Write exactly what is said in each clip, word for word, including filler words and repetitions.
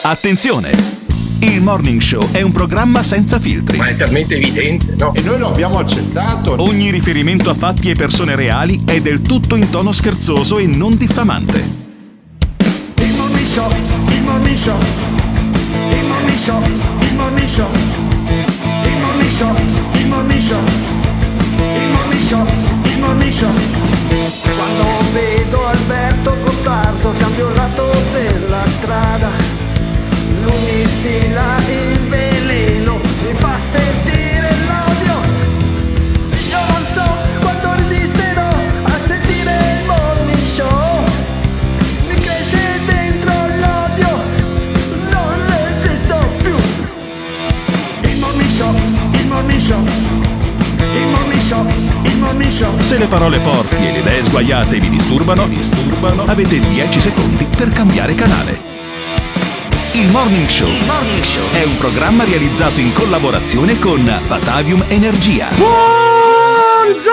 Attenzione! Il Morning Show è un programma senza filtri. Ma è talmente evidente, no? E noi lo abbiamo accettato. Ogni riferimento a fatti e persone reali è del tutto in tono scherzoso e non diffamante. Il Morning Show, il Morning Show, il Morning Show, il Morning Show, il Morning Show, il Morning Show, il Morning Show, il Morning Show. Quando vedo Alberto Gottardo cambio il lato della strada. Lui mi stila il veleno, mi fa sentire l'odio. Io non so quanto resisterò a sentire il Morning Show. Mi cresce dentro l'odio, non resisto più. Il Morning Show, il Morning Show, il Morning Show, il Morning Show. Se le parole forti e le idee sguaiate vi disturbano, vi disturbano, avete dieci secondi per cambiare canale. Il Morning Show. Il Morning Show è un programma realizzato in collaborazione con Batavium Energia. Buongiorno!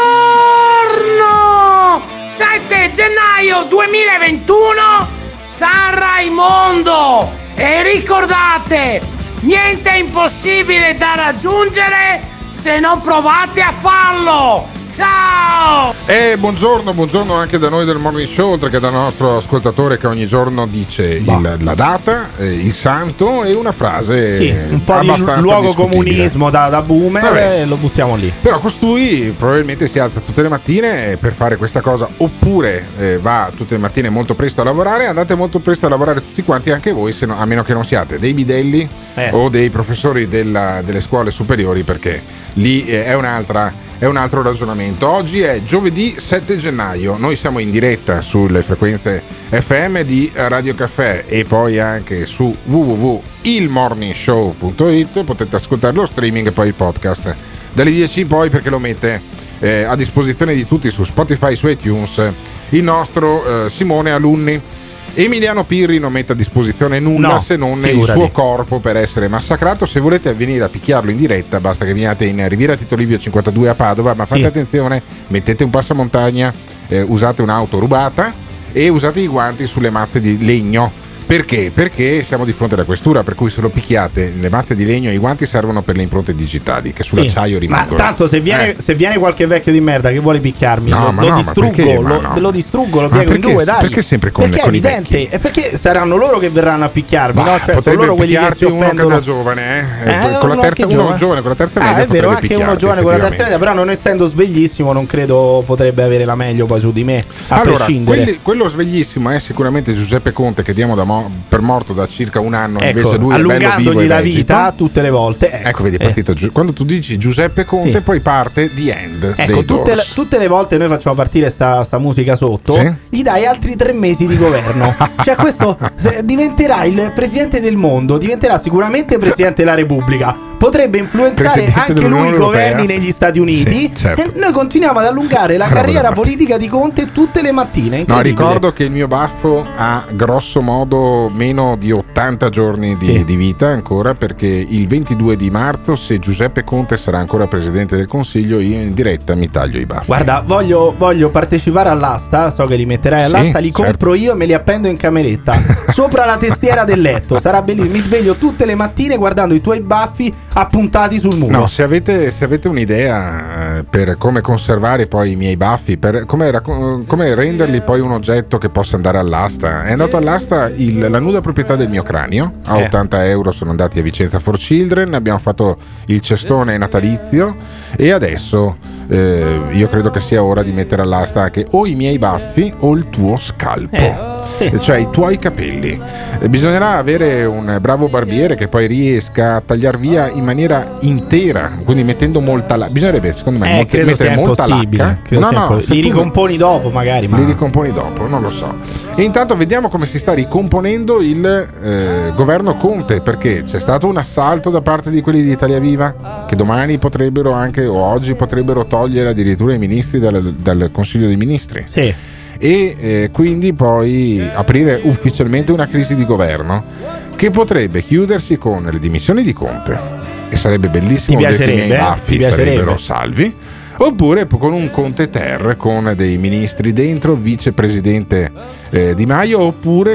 sette gennaio duemilaventuno, San Raimondo. E ricordate, niente è impossibile da raggiungere se non provate a farlo. Ciao! E buongiorno, buongiorno anche da noi del Morning Show, oltre che dal nostro ascoltatore che ogni giorno dice il, la data, eh, il santo e una frase. Sì, un po' di luogo comunismo da, da boomer. Vabbè. E lo buttiamo lì. Però costui probabilmente si alza tutte le mattine per fare questa cosa, oppure eh, va tutte le mattine molto presto a lavorare. Andate molto presto a lavorare tutti quanti, anche voi, se no, a meno che non siate dei bidelli eh. o dei professori della, delle scuole superiori, perché lì eh, è un'altra È un altro ragionamento. Oggi è giovedì sette gennaio, noi siamo in diretta sulle frequenze F M di Radio Caffè e poi anche su w w w punto il morning show punto i t, potete ascoltare lo streaming e poi il podcast dalle dieci in poi, perché lo mette eh, a disposizione di tutti su Spotify, su iTunes, il nostro eh, Simone Alunni. Emiliano Pirri non mette a disposizione nulla, no, se non figurati. Il suo corpo per essere massacrato. Se volete venire a picchiarlo in diretta, basta che veniate in Riviera Tito Livio cinquantadue a Padova, ma fate sì. attenzione, mettete un passamontagna, eh, usate un'auto rubata e usate i guanti sulle mazze di legno. Perché? Perché siamo di fronte alla questura, per cui se lo picchiate, le mazze di legno, i guanti servono per le impronte digitali che sull'acciaio sì, rimangono. Ma tanto se viene, eh. se viene qualche vecchio di merda che vuole picchiarmi, no, lo, lo no, distruggo, perché, lo, no. lo distruggo, lo piego in due, dai. Perché sempre con, perché con è evidente, i vecchi? È perché saranno loro che verranno a picchiarmi, bah, no? Cioè, sono loro quelli che si offendono. Uno da giovane, eh? eh con la terza, uno giovane. giovane con la terza media. Ah, è vero, anche uno giovane con la terza media, però non essendo sveglissimo non credo potrebbe avere la meglio poi su di me, a allora, prescindere. Quelli, quello sveglissimo è sicuramente Giuseppe Conte, che diamo da mo- per morto da circa un anno. Ecco, invece lui allungandogli è bello vivo la e vita tutte le volte. Ecco, ecco vedi, è partito eh. quando tu dici Giuseppe Conte, sì. poi parte The End. Ecco, tutte le, tutte le volte noi facciamo partire sta, sta musica sotto, sì? Gli dai altri tre mesi di governo. Cioè questo diventerà il presidente del mondo, diventerà sicuramente presidente della Repubblica, potrebbe influenzare presidente anche lui i governi negli Stati Uniti, sì, certo. E noi continuiamo ad allungare la Bravo carriera politica di Conte tutte le mattine. No, ricordo che il mio baffo ha grosso modo meno di ottanta giorni di, sì. di vita ancora, perché il ventidue di marzo, se Giuseppe Conte sarà ancora presidente del Consiglio, io in diretta mi taglio i baffi. Guarda, voglio, voglio partecipare all'asta, so che li metterai all'asta, sì, li certo. compro io e me li appendo in cameretta sopra la testiera del letto, sarà bellissimo, mi sveglio tutte le mattine guardando i tuoi baffi appuntati sul muro. No, se avete, se avete un'idea eh, per come conservare poi i miei baffi, per come, racco- come renderli poi un oggetto che possa andare all'asta, è andato all'asta il, la nuda proprietà del mio cranio a eh. ottanta euro, sono andati a Vicenza for Children, abbiamo fatto il cestone natalizio e adesso eh, io credo che sia ora di mettere all'asta anche o i miei baffi o il tuo scalpo. Eh. Sì. Cioè i tuoi capelli. Bisognerà avere un bravo barbiere che poi riesca a tagliar via in maniera intera, quindi mettendo molta lacca. Bisognerebbe secondo me eh, molta, mettere molta lacca. No, no, li ricomponi dopo magari. Ma... Li ricomponi dopo, non lo so. E intanto vediamo come si sta ricomponendo il eh, governo Conte, perché c'è stato un assalto da parte di quelli di Italia Viva che domani potrebbero anche, o oggi potrebbero togliere addirittura i ministri dal, dal Consiglio dei Ministri. Sì. E eh, quindi poi aprire ufficialmente una crisi di governo che potrebbe chiudersi con le dimissioni di Conte, e sarebbe bellissimo vedere che i miei baffi sarebbero salvi, oppure con un Conte ter con dei ministri dentro, vicepresidente eh, Di Maio, oppure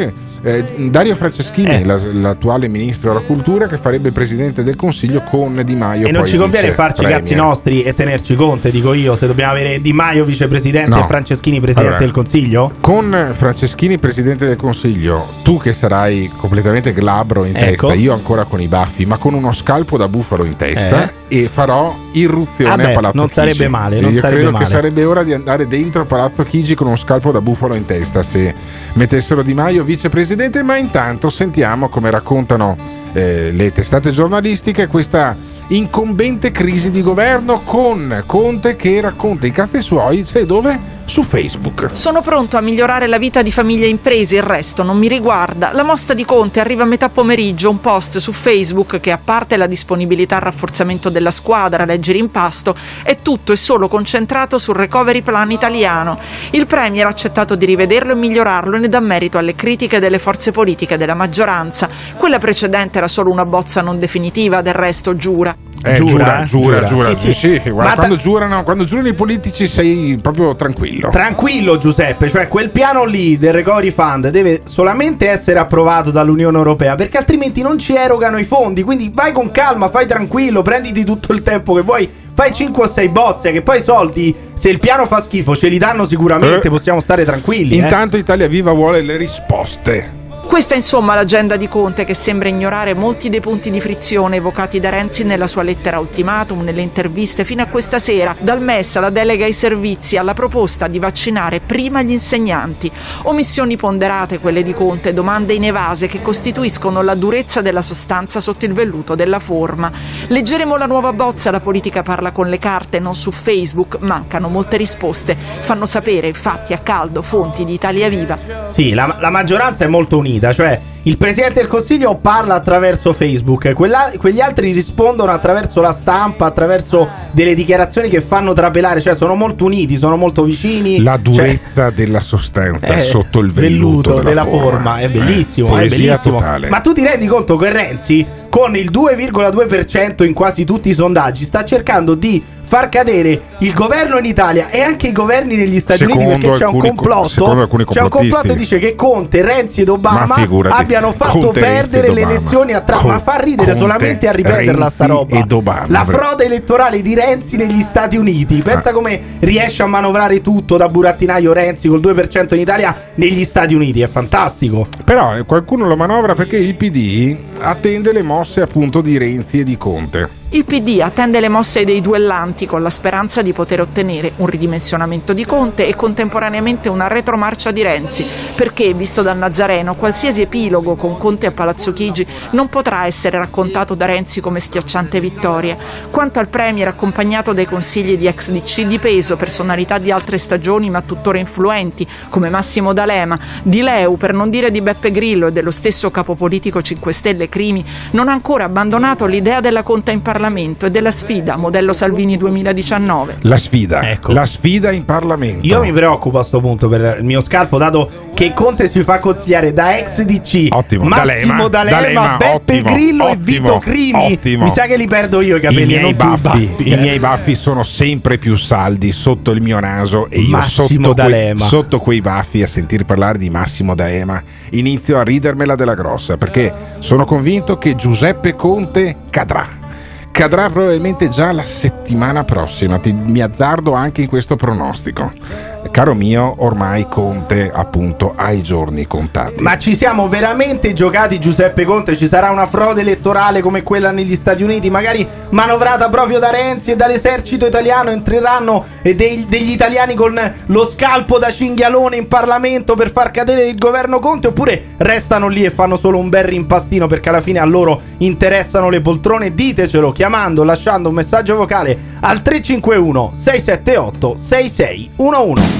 eh, Dario Franceschini, Eh. la- l'attuale ministro della cultura, che farebbe il presidente del Consiglio con Di Maio. E non poi ci conviene vice farci i premier. cazzi nostri e tenerci Conte, dico io, se dobbiamo avere Di Maio vicepresidente No. e Franceschini presidente Allora, del Consiglio? Con Franceschini presidente del Consiglio, tu che sarai completamente glabro in Ecco. testa, io ancora con i baffi, ma con uno scalpo da bufalo in testa, e farò irruzione Vabbè, a Palazzo non Chigi. sarebbe male, non Io sarebbe credo male. che sarebbe ora di andare dentro a Palazzo Chigi con uno scalpo da bufalo in testa se mettessero Di Maio vicepresidente. Ma intanto sentiamo come raccontano eh, le testate giornalistiche questa incombente crisi di governo, con Conte che racconta i cazzi suoi, sai dove? Su Facebook. Sono pronto a migliorare la vita di famiglie e imprese, il resto non mi riguarda. La mossa di Conte arriva a metà pomeriggio, un post su Facebook che, a parte la disponibilità al rafforzamento della squadra, leggere in pasto, è tutto e solo concentrato sul recovery plan italiano. Il Premier ha accettato di rivederlo e migliorarlo e ne dà merito alle critiche delle forze politiche della maggioranza. Quella precedente era solo una bozza non definitiva, del resto giura. Eh, Giura, giura, giura, giura. giura. Sì, Sì, sì. sì, guarda, Ma quando, ta- giurano, quando giurano i politici sei proprio tranquillo. Tranquillo Giuseppe, cioè quel piano lì del Recovery Fund deve solamente essere approvato dall'Unione Europea, perché altrimenti non ci erogano i fondi. Quindi vai con calma, fai tranquillo, prenditi tutto il tempo che vuoi, fai cinque o sei bozze, che poi i soldi, se il piano fa schifo, ce li danno sicuramente, Eh. possiamo stare tranquilli. eh. Intanto Italia Viva vuole le risposte. Questa insomma l'agenda di Conte, che sembra ignorare molti dei punti di frizione evocati da Renzi nella sua lettera ultimatum, nelle interviste fino a questa sera, dal M E S alla delega ai servizi alla proposta di vaccinare prima gli insegnanti. Omissioni ponderate quelle di Conte, domande inevase che costituiscono la durezza della sostanza sotto il velluto della forma. Leggeremo la nuova bozza, la politica parla con le carte, non su Facebook, mancano molte risposte. Fanno sapere infatti a caldo fonti di Italia Viva. Sì, la, la maggioranza è molto unita, cioè il Presidente del Consiglio parla attraverso Facebook, quella- quegli altri rispondono attraverso la stampa, attraverso delle dichiarazioni che fanno trapelare, cioè sono molto uniti, sono molto vicini. La Cioè, durezza della sostanza eh, sotto il velluto, della, forma. È bellissimo, Eh, è poesia bellissimo. totale. Ma tu ti rendi conto che Renzi, con il due virgola due per cento in quasi tutti i sondaggi, sta cercando di far cadere il governo in Italia e anche i governi negli Stati Secondo Uniti, perché c'è un alcuni co- complotto. secondo alcuni C'è un complottisti. complotto che dice che Conte, Renzi ed Obama Ma figurati, abbiano fatto Conte, perdere Renzi le ed Obama. elezioni a Trump. Con- Ma fa ridere Conte, solamente a ripeterla sta Renzi roba. ed Obama. La frode elettorale di Renzi negli Stati Uniti. Pensa Ah. come riesce a manovrare tutto da burattinaio Renzi col due per cento in Italia negli Stati Uniti. È fantastico. Però eh, qualcuno lo manovra perché il P D attende le mosse appunto di Renzi e di Conte. Il P D attende le mosse dei duellanti con la speranza di poter ottenere un ridimensionamento di Conte e contemporaneamente una retromarcia di Renzi, perché, visto dal Nazareno, qualsiasi epilogo con Conte a Palazzo Chigi non potrà essere raccontato da Renzi come schiacciante vittoria. Quanto al Premier, accompagnato dai consigli di ex D C di peso, personalità di altre stagioni ma tuttora influenti, come Massimo D'Alema, di Leu, per non dire di Beppe Grillo e dello stesso capo politico cinque Stelle Crimi, non ha ancora abbandonato l'idea della conta in Parlamento e della sfida modello Salvini duemiladiciannove. La sfida, Ecco. la sfida in Parlamento. Io mi preoccupo a sto punto per il mio scalpo, dato che Conte si fa consigliare da ex D C, Ottimo, Massimo D'Alema, D'Alema, D'Alema, Beppe ottimo, Grillo e ottimo, Vito Crimi. ottimo. Mi sa che li perdo io i I capelli e miei, non tu i baffi, baffi. i eh. miei baffi sono sempre più saldi sotto il mio naso e io Massimo sotto quei, D'Alema. sotto quei baffi, a sentir parlare di Massimo D'Alema, inizio a ridermela della grossa, perché sono convinto che Giuseppe Conte cadrà. Cadrà probabilmente già la settimana prossima, ti, mi azzardo anche in questo pronostico. Caro mio, ormai Conte appunto ha i giorni contati. Ma ci siamo veramente giocati Giuseppe Conte? Ci sarà una frode elettorale come quella negli Stati Uniti, magari manovrata proprio da Renzi e dall'esercito italiano? Entreranno eh, dei- degli italiani con lo scalpo da cinghialone in Parlamento per far cadere il governo Conte? Oppure restano lì e fanno solo un bel rimpastino perché alla fine a loro interessano le poltrone? Ditecelo chiamando, lasciando un messaggio vocale al tre cinque uno sei sette otto sei sei uno uno.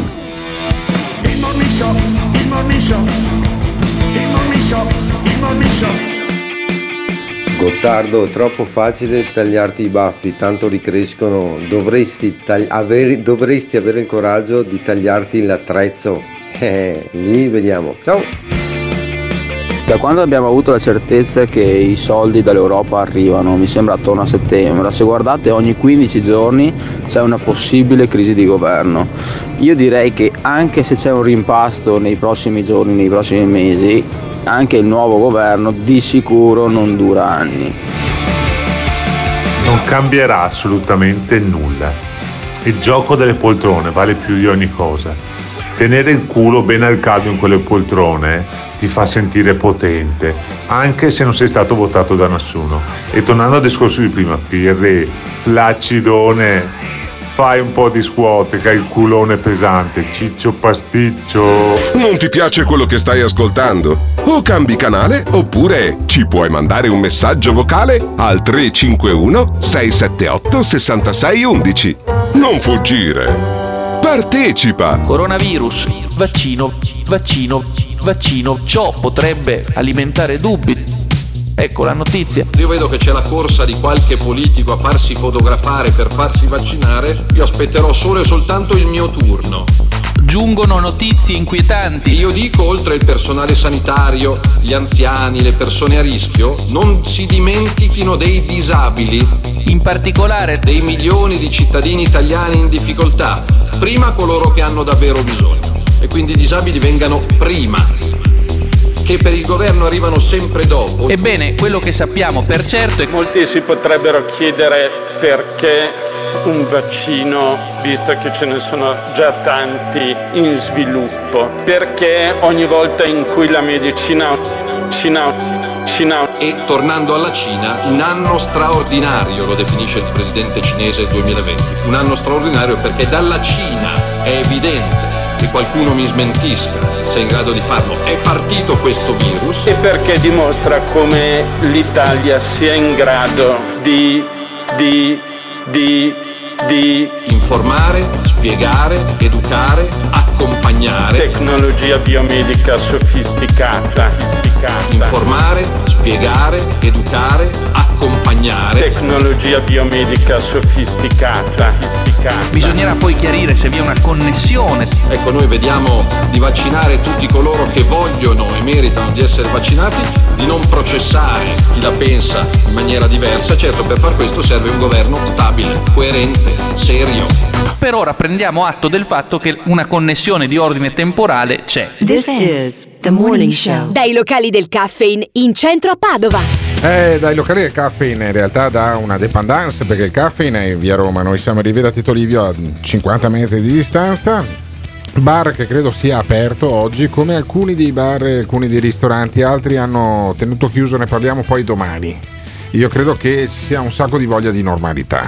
Il Morning Show, il Morning Show, il Morning Show, il Morning Show. Gottardo, è troppo facile tagliarti i baffi, tanto ricrescono. Dovresti, tagli- avere, dovresti avere il coraggio di tagliarti l'attrezzo. Eh, lì vediamo. Ciao! Da quando abbiamo avuto la certezza che i soldi dall'Europa arrivano, mi sembra attorno a settembre, se guardate ogni quindici giorni c'è una possibile crisi di governo. Io direi che anche se c'è un rimpasto nei prossimi giorni, nei prossimi mesi, anche il nuovo governo di sicuro non dura anni. Non cambierà assolutamente nulla. Il gioco delle poltrone vale più di ogni cosa. Tenere il culo bene al caldo in quelle poltrone ti fa sentire potente, anche se non sei stato votato da nessuno. E tornando al discorso di prima, Pirri, flaccidone, fai un po' di squat, che hai il culone pesante, ciccio pasticcio. Non ti piace quello che stai ascoltando? O cambi canale oppure ci puoi mandare un messaggio vocale al tre cinque uno sei sette otto sei sei uno uno. Non fuggire! Partecipa! Coronavirus, vaccino, vaccino, vaccino. Ciò potrebbe alimentare dubbi. Ecco la notizia. Io vedo che c'è la corsa di qualche politico a farsi fotografare per farsi vaccinare. Io aspetterò solo e soltanto il mio turno. Giungono notizie inquietanti. Io dico, oltre il personale sanitario, gli anziani, le persone a rischio, non si dimentichino dei disabili, in particolare dei milioni di cittadini italiani in difficoltà, prima coloro che hanno davvero bisogno, e quindi i disabili vengano prima, che per il governo arrivano sempre dopo. Ebbene, quello che sappiamo per certo è che molti si potrebbero chiedere perché un vaccino, visto che ce ne sono già tanti in sviluppo, perché ogni volta in cui la medicina Cina, Cina. E tornando alla Cina, un anno straordinario lo definisce il presidente cinese il duemilaventi, un anno straordinario perché dalla Cina è evidente, che qualcuno mi smentisca se è in grado di farlo, è partito questo virus, e perché dimostra come l'Italia sia in grado di di di di informare, spiegare, educare, accompagnare. Tecnologia biomedica sofisticata, sofisticata. Informare, spiegare, educare, accompagnare. Tecnologia biomedica sofisticata, sofisticata. Bisognerà poi chiarire se vi è una connessione. Ecco, noi vediamo di vaccinare tutti coloro che vogliono e meritano di essere vaccinati, di non processare chi la pensa in maniera diversa. Certo, per far questo serve un governo stabile, coerente, serio. Per ora prendiamo atto del fatto che una connessione di ordine temporale c'è. This is the morning show. Dai locali del Caffeine in centro a Padova. Eh, dai locali del Caffeine, in realtà da una dépendance, perché il Caffeine è in via Roma, noi siamo a Riviera Tito Livio a cinquanta metri di distanza. Bar che credo sia aperto oggi, come alcuni dei bar, alcuni dei ristoranti, altri hanno tenuto chiuso, ne parliamo poi domani. Io credo che ci sia un sacco di voglia di normalità,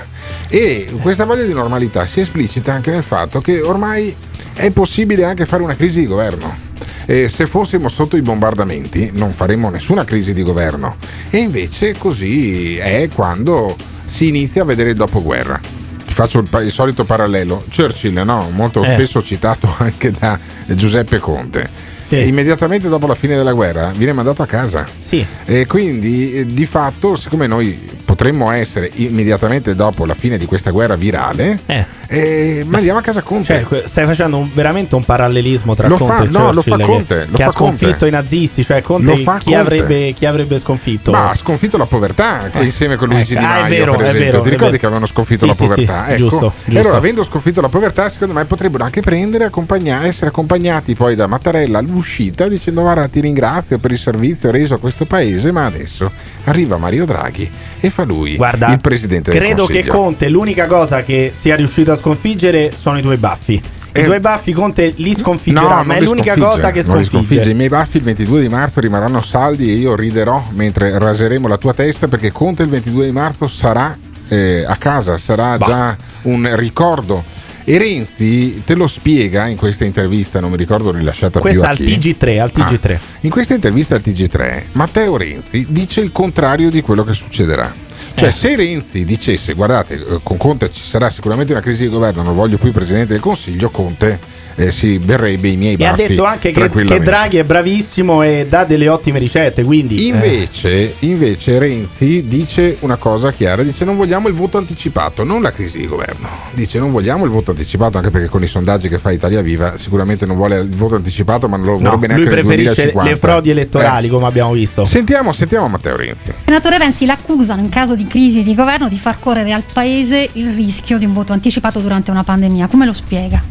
e questa voglia di normalità si esplicita anche nel fatto che ormai è possibile anche fare una crisi di governo. E se fossimo sotto i bombardamenti non faremmo nessuna crisi di governo, e invece così è quando si inizia a vedere il dopoguerra. Ti faccio il, il solito parallelo, Churchill, no? Molto eh. spesso citato anche da Giuseppe Conte. Sì. Immediatamente dopo la fine della guerra viene mandato a casa. Sì. E quindi eh, di fatto, siccome noi potremmo essere immediatamente dopo la fine di questa guerra virale, eh. Eh, mandiamo a casa Conte. Cioè, stai facendo un, veramente un parallelismo tra lo Conte fa, e Churchill, no, lo fa Conte, che, lo che fa ha sconfitto Conte. i nazisti. Cioè Conte, chi, Conte. Avrebbe, chi avrebbe sconfitto? Ma ha sconfitto la povertà eh. insieme con Luigi eh. Di Maio, ah, è vero, per esempio. È vero, Ti ricordi vero. che avevano sconfitto sì, la sì, povertà? Sì, ecco. giusto, E giusto. allora, avendo sconfitto la povertà, secondo me potrebbero anche prendere e accompagnare, essere accompagnati poi da Mattarella all'uscita dicendo: guarda, ti ringrazio per il servizio reso a questo paese, ma adesso arriva Mario Draghi e fa lui Guarda, il presidente del Consiglio. Credo che Conte l'unica cosa che sia riuscito a sconfiggere sono i due baffi. I eh, due baffi Conte li sconfiggerà, no, ma è l'unica cosa che non sconfigge. li sconfigge. I miei baffi il ventidue di marzo rimarranno saldi e io riderò mentre raseremo la tua testa, perché Conte il ventidue di marzo sarà eh, a casa, sarà bah. già un ricordo. E Renzi te lo spiega in questa intervista, non mi ricordo rilasciata questa più a al chi. T G tre, al T G tre. Ah, in questa intervista al T G tre Matteo Renzi dice il contrario di quello che succederà. Cioè, eh. se Renzi dicesse: guardate, con Conte ci sarà sicuramente una crisi di governo, non voglio più il Presidente del Consiglio, Conte eh, si berrebbe i miei baffi. E ha detto anche che, che Draghi è bravissimo e dà delle ottime ricette, quindi invece, eh. invece Renzi dice una cosa chiara, dice: non vogliamo il voto anticipato, non la crisi di governo, dice non vogliamo il voto anticipato, anche perché con i sondaggi che fa Italia Viva sicuramente non vuole il voto anticipato, ma non lo no, vorrebbe neanche nel duemilacinquanta. Lui preferisce le frodi elettorali, eh. come abbiamo visto. Sentiamo, sentiamo Matteo Renzi. Il senatore Renzi l'accusano in caso di crisi di governo di far correre al paese il rischio di un voto anticipato durante una pandemia. Come lo spiega?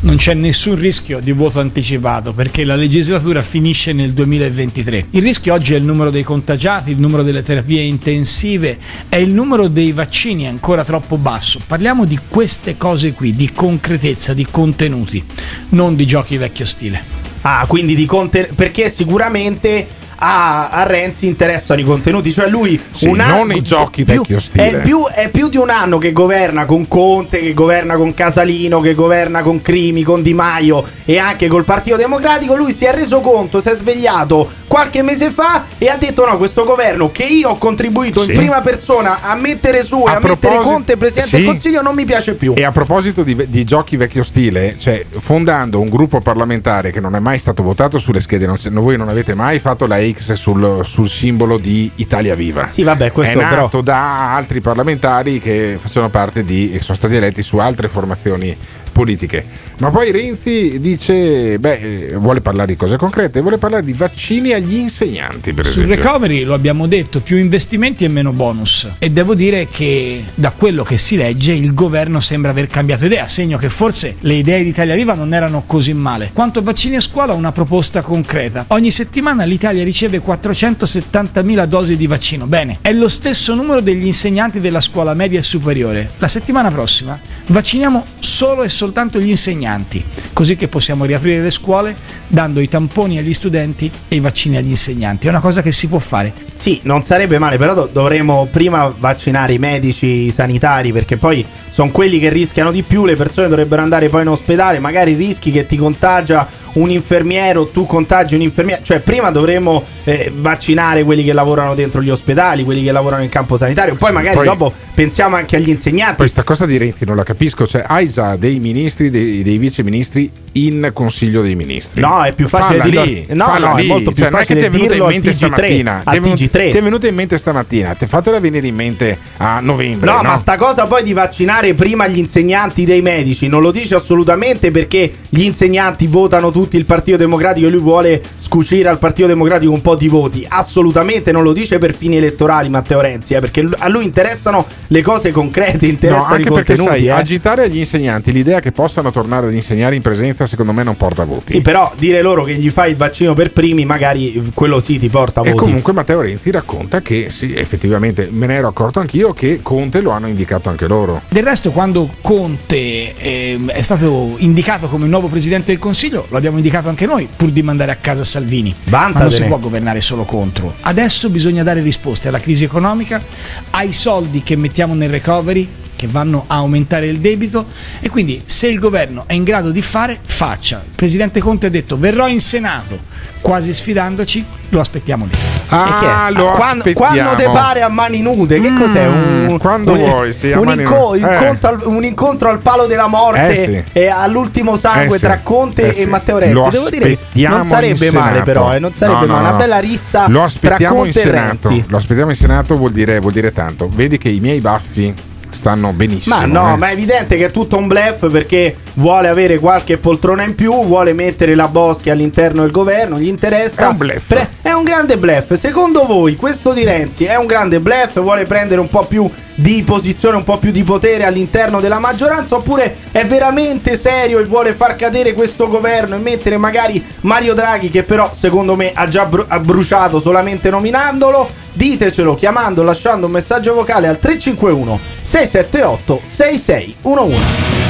non c'è nessun rischio di voto anticipato perché la legislatura finisce nel duemilaventitré. Il rischio oggi è il numero dei contagiati, il numero delle terapie intensive, è il numero dei vaccini ancora troppo basso. Parliamo di queste cose qui, di concretezza, di contenuti, non di giochi vecchio stile. Ah, quindi di conte- perché sicuramente a, a Renzi interessano i contenuti, cioè lui sì, un anno, non i giochi più, vecchio stile. È più, è più di un anno che governa con Conte, che governa con Casalino, che governa con Crimi, con Di Maio e anche col Partito Democratico. Lui si è reso conto, si è svegliato qualche mese fa e ha detto: no, questo governo che io ho contribuito sì. in prima persona a mettere su e a, a mettere Conte Presidente sì. del Consiglio non mi piace più. E a proposito di, di giochi vecchio stile, cioè fondando un gruppo parlamentare che non è mai stato votato sulle schede, non, voi non avete mai fatto la X sul, sul simbolo di Italia Viva. Sì, vabbè, questo è nato però da altri parlamentari che facevano parte di e sono stati eletti su altre formazioni politiche. Ma poi Renzi dice, beh, vuole parlare di cose concrete, vuole parlare di vaccini agli insegnanti, per Sul esempio. recovery lo abbiamo detto, più investimenti e meno bonus, e devo dire che da quello che si legge il governo sembra aver cambiato idea, segno che forse le idee di Italia Viva non erano così male. Quanto a vaccini a scuola, una proposta concreta: ogni settimana l'Italia riceve quattrocentosettantamila dosi di vaccino. Bene, è lo stesso numero degli insegnanti della scuola media e superiore. La settimana prossima vacciniamo solo e soltanto gli insegnanti, così che possiamo riaprire le scuole dando i tamponi agli studenti e i vaccini agli insegnanti. È una cosa che si può fare. Sì, non sarebbe male, però do- dovremmo prima vaccinare i medici, i sanitari, perché poi sono quelli che rischiano di più. Le persone dovrebbero andare poi in ospedale, magari rischi che ti contagia un infermiero, tu contagi un infermiere. Cioè prima dovremmo eh, vaccinare quelli che lavorano dentro gli ospedali, quelli che lavorano in campo sanitario, poi sì, magari poi, dopo pensiamo anche agli insegnanti. Questa cosa di Renzi non la capisco, cioè hai già dei ministri, dei, dei vice ministri in Consiglio dei Ministri. No, è più facile falla dirlo. Lì, no, no, lì. è molto più cioè, facile non è che ti è venuta in mente T G tre, stamattina. a T G tre. Ti è venuta in mente stamattina, te fatela venire in mente a novembre. No, no, ma sta cosa poi di vaccinare prima gli insegnanti dei medici non lo dice assolutamente perché gli insegnanti votano tutti il Partito Democratico e lui vuole scucire al Partito Democratico un po' di voti. Assolutamente non lo dice per fini elettorali Matteo Renzi, eh, perché a lui interessano le cose concrete, interessano no, anche i contenuti. Perché sai, eh. agitare agli insegnanti l'idea che possano tornare ad insegnare in presenza secondo me non porta voti. Sì, però dire loro che gli fai il vaccino per primi magari quello sì ti porta voti. E comunque Matteo Renzi racconta che sì, effettivamente me ne ero accorto anch'io che Conte lo hanno indicato anche loro. Del resto quando Conte eh, è stato indicato come nuovo Presidente del Consiglio lo abbiamo indicato anche noi pur di mandare a casa Salvini. Vantatene. Ma non si può governare solo contro. Adesso bisogna dare risposte alla crisi economica, ai soldi che mettiamo nel recovery che vanno a aumentare il debito, e quindi se il governo è in grado di fare, faccia. Il Presidente Conte ha detto verrò in Senato, quasi sfidandoci, lo aspettiamo lì. Ah, che lo quando, aspettiamo. quando te pare a mani nude, che mm, cos'è? Un, quando un, vuoi, sì, a un, mani inco- nude. incontro al, un incontro al palo della morte eh sì. e all'ultimo sangue eh sì. tra Conte eh e sì. Matteo Renzi. Lo Devo dire che non sarebbe male, però, eh, non sarebbe no, no, male. no. Una bella rissa lo tra Conte in e Senato. Renzi. Lo aspettiamo in Senato vuol dire, vuol dire tanto. Vedi che i miei baffi stanno benissimo. Ma no, eh. ma è evidente che è tutto un bluff perché vuole avere qualche poltrona in più, vuole mettere la Boschi all'interno del governo, gli interessa. È un bluff. Pre- è un grande bluff. Secondo voi questo di Renzi è un grande bluff? Vuole prendere un po' più di posizione, un po' più di potere all'interno della maggioranza, oppure è veramente serio e vuole far cadere questo governo e mettere magari Mario Draghi, che però secondo me ha già bru- ha bruciato solamente nominandolo? Ditecelo chiamando, lasciando un messaggio vocale al tre cinque uno sei sette otto sei sei uno uno.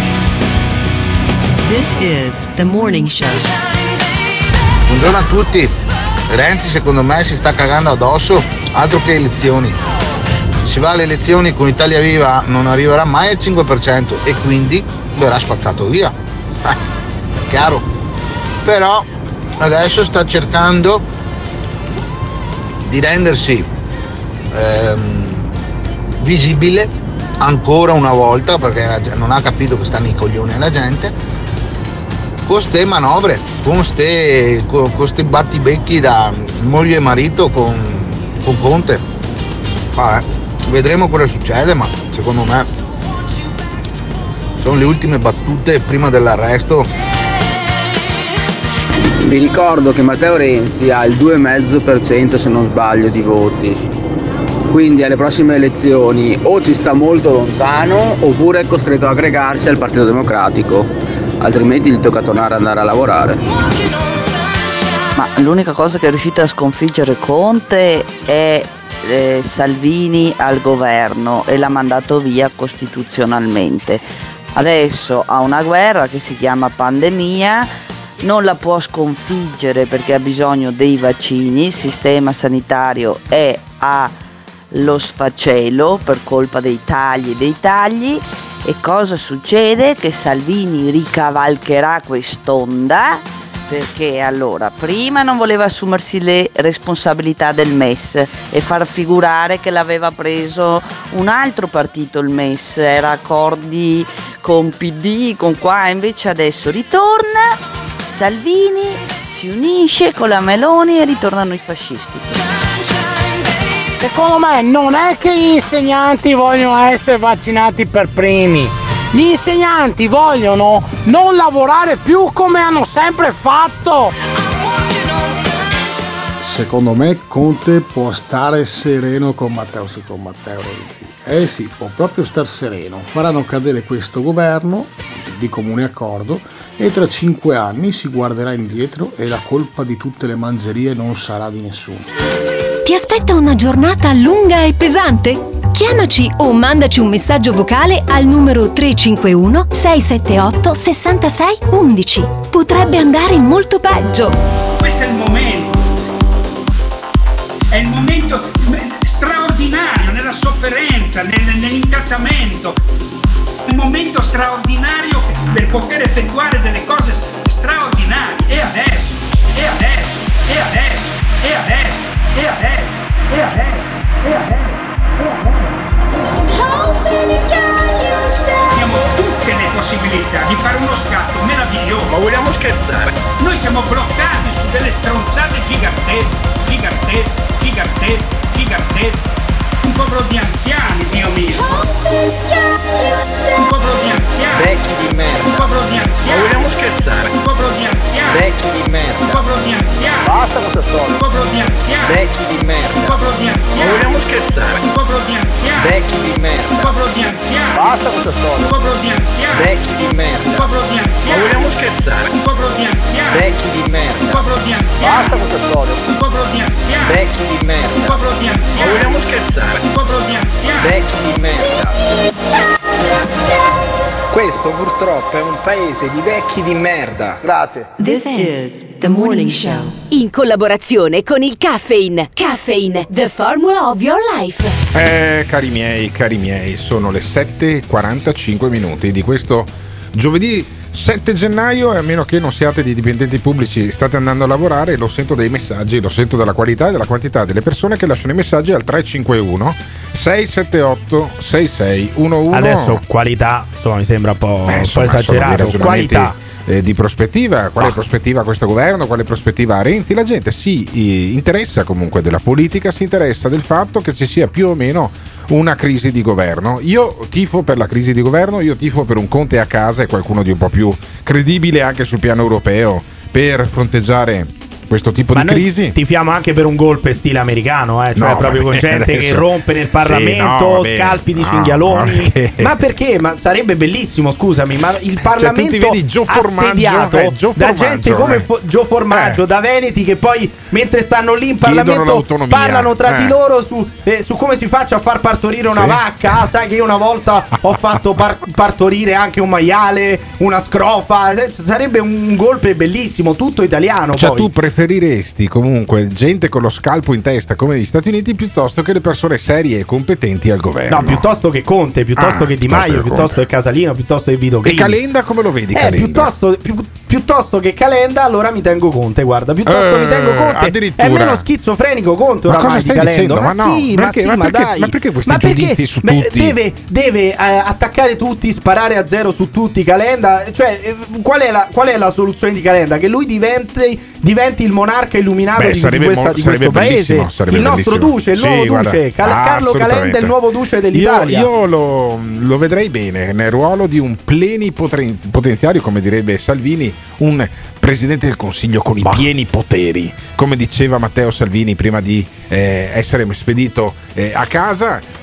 This is the morning show. Buongiorno a tutti. Renzi secondo me si sta cagando addosso, altro che elezioni. Se si va alle elezioni con Italia Viva non arriverà mai al cinque per cento e quindi verrà spazzato via. Eh, chiaro. Però adesso sta cercando di rendersi ehm, visibile ancora una volta, perché non ha capito che stanno i coglioni alla gente, con ste manovre, con ste, con, con ste battibecchi da moglie e marito con, con Conte. Vabbè, vedremo cosa succede, ma secondo me sono le ultime battute prima dell'arresto. Vi ricordo che Matteo Renzi ha il due virgola cinque per cento se non sbaglio di voti, quindi alle prossime elezioni o ci sta molto lontano oppure è costretto a aggregarsi al Partito Democratico. altrimenti gli tocca tornare ad andare a lavorare. Ma l'unica cosa che è riuscita a sconfiggere Conte è eh, Salvini al governo e l'ha mandato via costituzionalmente. Adesso ha una guerra che si chiama pandemia, non la può sconfiggere perché ha bisogno dei vaccini, il sistema sanitario è allo sfacelo per colpa dei tagli e dei tagli. E cosa succede? Che Salvini ricavalcherà quest'onda, perché allora prima non voleva assumersi le responsabilità del M E S e far figurare che l'aveva preso un altro partito il M E S, era accordi con P D, con qua, invece adesso ritorna Salvini, si unisce con la Meloni e ritornano i fascisti. Secondo me non è che gli insegnanti vogliono essere vaccinati per primi. Gli insegnanti vogliono non lavorare più come hanno sempre fatto. Secondo me Conte può stare sereno con Matteo, sì, con Matteo Renzi. Eh sì, può proprio star sereno. Faranno cadere questo governo di comune accordo e tra cinque anni si guarderà indietro e la colpa di tutte le mangerie non sarà di nessuno. Ti aspetta una giornata lunga e pesante? Chiamaci o mandaci un messaggio vocale al numero tre cinque uno sei sette otto sei sei uno uno. Potrebbe andare molto peggio. Questo è il momento. È il momento straordinario nella sofferenza, nel, nell'incazzamento. Il momento straordinario per poter effettuare delle cose straordinarie. E adesso, e adesso, e adesso, e adesso, e adesso, e adesso, e adesso. Abbiamo tutte le possibilità di fare uno scatto meraviglioso. Ma vogliamo scherzare? Noi siamo bloccati su delle stronzate gigantesche, gigantesche, gigantesche, gigantesche. Un popolo di anziani, Dio mio. Un popolo di anziani. Vecchi di merda. Un popolo di anziani. Ma vogliamo scherzare? Un popolo di anziani. Vecchi di merda. Un popolo di anziani. Basta con questo Un popolo di anziani. Vecchi di merda. Un popolo di anziani. Ma vogliamo scherzare? Un popolo di anziani. Vecchi di merda. Un popolo di anziani. Basta con questo Un popolo di anziani. Vecchi di merda. Un popolo di Ma anziani. vogliamo scherzare? Un popolo di anziani. Vecchi di merda. Un popolo di anziani. Basta con questo Un popolo di anziani. Vecchi di merda. Un popolo di Ma anziani. vogliamo scherzare? Un popolo di anziani. Vecchi di merda. Questo purtroppo è un paese di vecchi di merda. Grazie. This is the morning show. In collaborazione con il Caffeine. Caffeine, the formula of your life. Eh, cari miei, cari miei, sono le sette e quarantacinque minuti di questo giovedì sette gennaio, e a meno che non siate dei dipendenti pubblici, state andando a lavorare, lo sento dei messaggi, lo sento della qualità e della quantità delle persone che lasciano i messaggi al tre cinque uno sei sette otto sei sei uno uno. Adesso qualità, insomma, mi sembra un po', Beh, un insomma, po' esagerato. Sono Qualità. eh, di prospettiva, quale Ah. prospettiva a questo governo, quale prospettiva a Renzi. La gente si eh, interessa comunque della politica, si interessa del fatto che ci sia più o meno una crisi di governo. Io tifo per la crisi di governo, io tifo per un Conte a casa e qualcuno di un po' più credibile anche sul piano europeo per fronteggiare questo tipo Ma di noi crisi. tifiamo anche per un golpe stile americano, eh? Cioè No, proprio con vabbè, gente adesso- che rompe nel Parlamento, Sì, no, vabbè, scalpi di no, cinghialoni. ma perché? Ma perché? Ma sarebbe bellissimo, scusami, ma il Parlamento tu ti vedi Gio Formaggio, assediato eh, Gio da Formaggio, gente come eh. Fo- Gio Formaggio, Eh. da veneti che poi mentre stanno lì in Chiedono Parlamento l'autonomia, parlano tra eh. di loro su, eh, su come si faccia a far partorire una Sì. vacca. Ah, sai che io una volta ho fatto par- partorire anche un maiale, una scrofa. Eh, Sarebbe un golpe bellissimo, tutto italiano. Cioè poi. tu preferiresti comunque gente con lo scalpo in testa come negli Stati Uniti piuttosto che le persone serie e competenti al governo? No, piuttosto che Conte, piuttosto Ah, che Di piuttosto Maio, che piuttosto Conte. che Casalino, piuttosto che Vito E Grilli. Calenda come lo vedi? Eh, Calenda? piuttosto, più- piuttosto che Calenda, allora mi tengo Conte, guarda, piuttosto Eh, mi tengo Conte. addirittura. È meno schizofrenico Conte Ma oramai cosa di stai Calenda. dicendo? Ma, Ma no, sì, perché- ma sì, ma ma perché- dai. ma perché questi Ma perché giudizi su beh, tutti? Deve, deve eh, attaccare tutti, sparare a zero su tutti Calenda. Cioè, eh, qual è la, qual è la soluzione di Calenda? Che lui diventi, diventi il monarca illuminato Beh, di, di, sarebbe questa, molto- di questo sarebbe paese. bellissimo, sarebbe Il nostro bellissimo. duce, il Sì, nuovo guarda. duce. Cal- Ah, Carlo Calenda è il assolutamente. nuovo duce dell'Italia. Io, io lo, lo vedrei bene nel ruolo di un plenipotenziario, come direbbe Salvini, un presidente del Consiglio con i pieni poteri, come diceva Matteo Salvini prima di eh, essere spedito eh, a casa.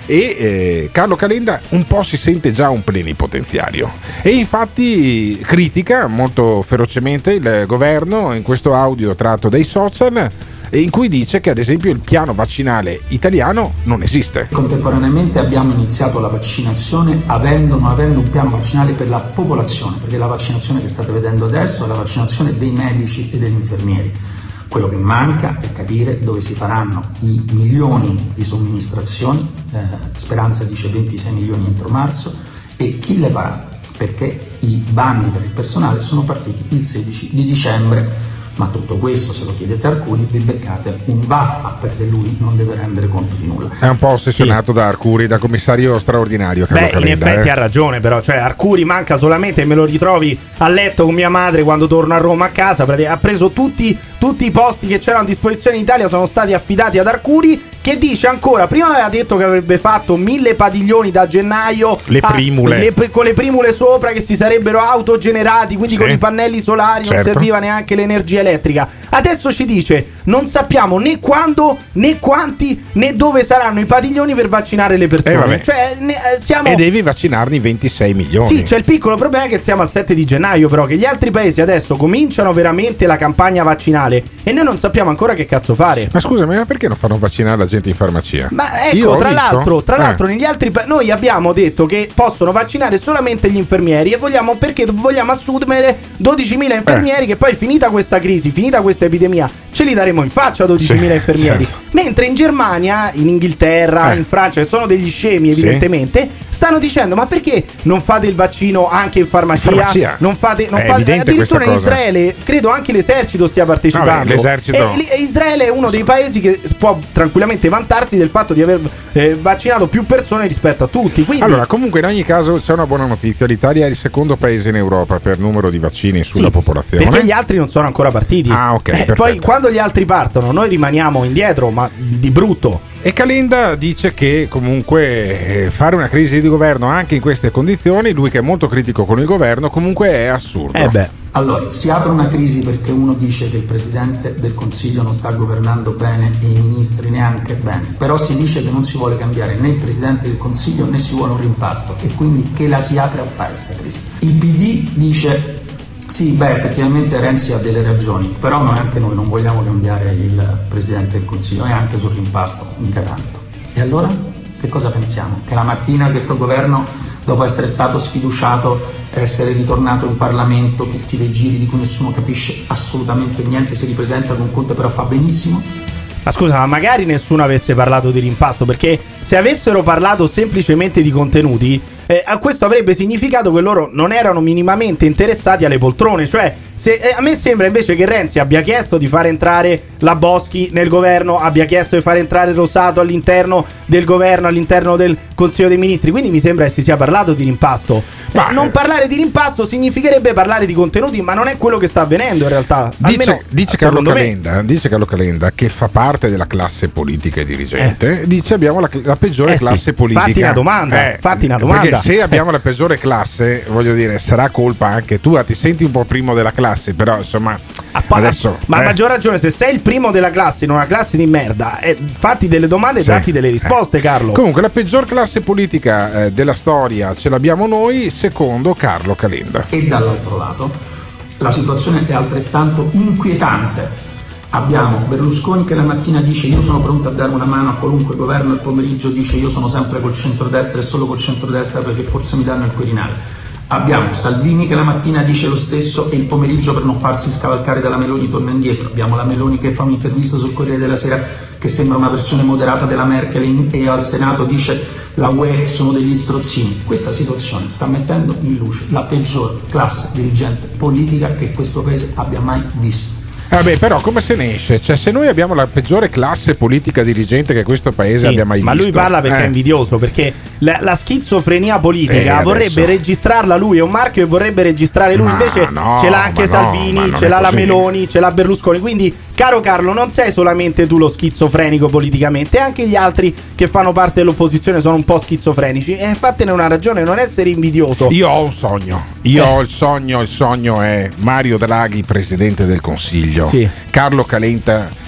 e eh, Carlo Calenda un po' si sente già un plenipotenziario e infatti critica molto ferocemente il governo in questo audio tratto dai social, in cui dice che ad esempio il piano vaccinale italiano non esiste. Contemporaneamente abbiamo iniziato la vaccinazione avendo, non avendo un piano vaccinale per la popolazione, perché la vaccinazione che state vedendo adesso è la vaccinazione dei medici e degli infermieri. Quello che manca è capire dove si faranno i milioni di somministrazioni, eh, Speranza dice ventisei milioni entro marzo, e chi le farà, perché i bandi per il personale sono partiti il sedici di dicembre. Ma tutto questo, se lo chiedete a Arcuri, vi beccate un vaffa, perché lui non deve rendere conto di nulla. È un po' ossessionato sì. da Arcuri, da commissario straordinario. Beh, Calenda, in effetti eh. ha ragione, però, cioè Arcuri manca solamente, me lo ritrovi a letto con mia madre quando torno a Roma a casa, ha preso tutti, tutti i posti che c'erano a disposizione in Italia, sono stati affidati ad Arcuri, che dice ancora, prima aveva detto che avrebbe fatto mille padiglioni da gennaio, le primule a, le, con le primule sopra che si sarebbero autogenerati, quindi sì. con i pannelli solari, certo. non serviva neanche l'energia elettrica. Adesso ci dice non sappiamo né quando, né quanti, né dove saranno i padiglioni per vaccinare le persone. Eh, cioè, ne, siamo... E devi vaccinarne ventisei milioni. Sì, c'è il piccolo problema che siamo al sette di gennaio, però che gli altri paesi adesso cominciano veramente la campagna vaccinale e noi non sappiamo ancora che cazzo fare. Ma scusami, ma perché non fanno vaccinare la gente in farmacia? Ma ecco, Io tra l'altro, tra eh. l'altro negli altri pa- noi abbiamo detto che possono vaccinare solamente gli infermieri e vogliamo, perché vogliamo assumere dodicimila infermieri eh. che poi finita questa crisi, finita questa epidemia, ce li daremo in faccia dodicimila sì, infermieri. Certo. Mentre in Germania, in Inghilterra, eh. in Francia, che sono degli scemi evidentemente, sì. stanno dicendo ma perché non fate il vaccino anche in farmacia? farmacia. Non fate, non fate addirittura in Israele, credo anche l'esercito stia partecipando. Vabbè, l'esercito. E, e Israele è uno dei paesi che può tranquillamente vantarsi del fatto di aver eh, vaccinato più persone rispetto a tutti. Quindi... Allora, comunque in ogni caso c'è una buona notizia, l'Italia è il secondo paese in Europa per numero di vaccini sulla sì, popolazione. Perché gli altri non sono ancora partiti. Ah, ok. Eh, poi quando gli altri partono noi rimaniamo indietro, ma di brutto. E Calenda dice che comunque eh, fare una crisi di governo anche in queste condizioni, lui che è molto critico con il governo, comunque è assurdo. Eh beh. Allora, si apre una crisi perché uno dice che il Presidente del Consiglio non sta governando bene e i ministri neanche bene, però si dice che non si vuole cambiare né il Presidente del Consiglio né si vuole un rimpasto e quindi che la si apre a fare questa crisi. Il P D dice sì, beh, effettivamente Renzi ha delle ragioni, però noi anche noi non vogliamo cambiare il Presidente del Consiglio e anche sul rimpasto, mica tanto. E allora che cosa pensiamo? Che la mattina questo governo, dopo essere stato sfiduciato, essere ritornato in Parlamento, tutti dei giri di cui nessuno capisce assolutamente niente, si ripresenta con Conte però fa benissimo? Ma scusa, ma magari nessuno avesse parlato di rimpasto, perché se avessero parlato semplicemente di contenuti, eh, questo avrebbe significato che loro non erano minimamente interessati alle poltrone. Cioè, se, eh, a me sembra invece che Renzi abbia chiesto di far entrare la Boschi nel governo, abbia chiesto di far entrare Rosato all'interno del governo, all'interno del Consiglio dei Ministri, quindi mi sembra che si sia parlato di rimpasto. Ma eh, non parlare di rimpasto significherebbe parlare di contenuti, ma non è quello che sta avvenendo in realtà. Dice, Almeno, dice, Carlo Calenda, dice Carlo Calenda che fa parte della classe politica e dirigente, eh. dice abbiamo la, la peggiore eh classe sì. politica. Fatti una domanda, eh, fatti una domanda. Perché se abbiamo la peggiore classe, voglio dire, sarà colpa anche tua, ti senti un po' primo della classe, però insomma a pa- adesso ma a eh. maggior ragione, se sei il primo della classe in una classe di merda, eh, fatti delle domande e sì. datti delle risposte, eh. Carlo. Comunque la peggior classe politica eh, della storia ce l'abbiamo noi, secondo Carlo Calenda. E dall'altro lato la situazione è altrettanto inquietante. Abbiamo Berlusconi che la mattina dice io sono pronto a dare una mano a qualunque governo, e il pomeriggio dice io sono sempre col centrodestra e solo col centrodestra perché forse mi danno il Quirinale. Abbiamo Salvini che la mattina dice lo stesso e il pomeriggio, per non farsi scavalcare dalla Meloni, torna indietro. Abbiamo la Meloni che fa un'intervista sul Corriere della Sera che sembra una versione moderata della Merkel e al Senato dice la U E sono degli strozzini. Questa situazione sta mettendo in luce la peggior classe dirigente politica che questo paese abbia mai visto. Vabbè, però come se ne esce? Cioè, se noi abbiamo la peggiore classe politica dirigente che questo paese sì, abbia mai ma visto. Ma lui parla perché eh. è invidioso, perché la, la schizofrenia politica eh, vorrebbe adesso. registrarla lui, è un marchio e vorrebbe registrare lui, ma invece no, ce l'ha anche no, Salvini, ce l'ha la Meloni, ce l'ha Berlusconi, quindi caro Carlo, non sei solamente tu lo schizofrenico politicamente, anche gli altri che fanno parte dell'opposizione sono un po' schizofrenici, e fattene una ragione, non essere invidioso. Io ho un sogno, io eh. ho il sogno, il sogno è Mario Draghi presidente del Consiglio, sì. Carlo Calenda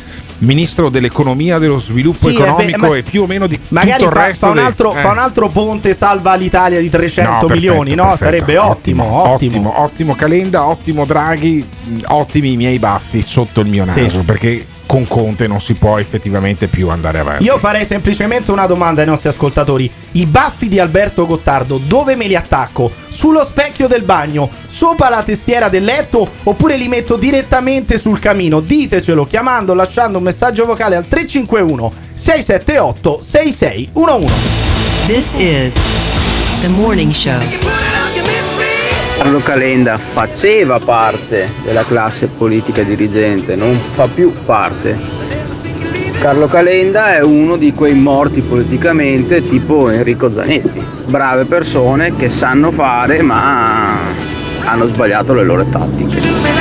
ministro dell'economia, dello sviluppo Sì, economico eh beh, e più o meno di magari tutto il fa, resto fa, un dei- altro, eh. fa un altro ponte salva l'Italia di trecento No, milioni, perfetto, no? perfetto. Sarebbe ottimo, ottimo. ottimo, ottimo Calenda, ottimo Draghi, mh, ottimi i miei baffi sotto il mio naso, Sì. perché con Conte non si può effettivamente più andare avanti. Io farei semplicemente una domanda ai nostri ascoltatori. I baffi di Alberto Gottardo dove me li attacco? Sullo specchio del bagno? Sopra la testiera del letto? Oppure li metto direttamente sul camino? Ditecelo chiamando, lasciando un messaggio vocale al tre cinque uno sei sette otto sei sei uno uno. This is the morning show. Carlo Calenda faceva parte della classe politica dirigente, non fa più parte. Carlo Calenda è uno di quei morti politicamente tipo Enrico Zanetti, brave persone che sanno fare ma hanno sbagliato le loro tattiche.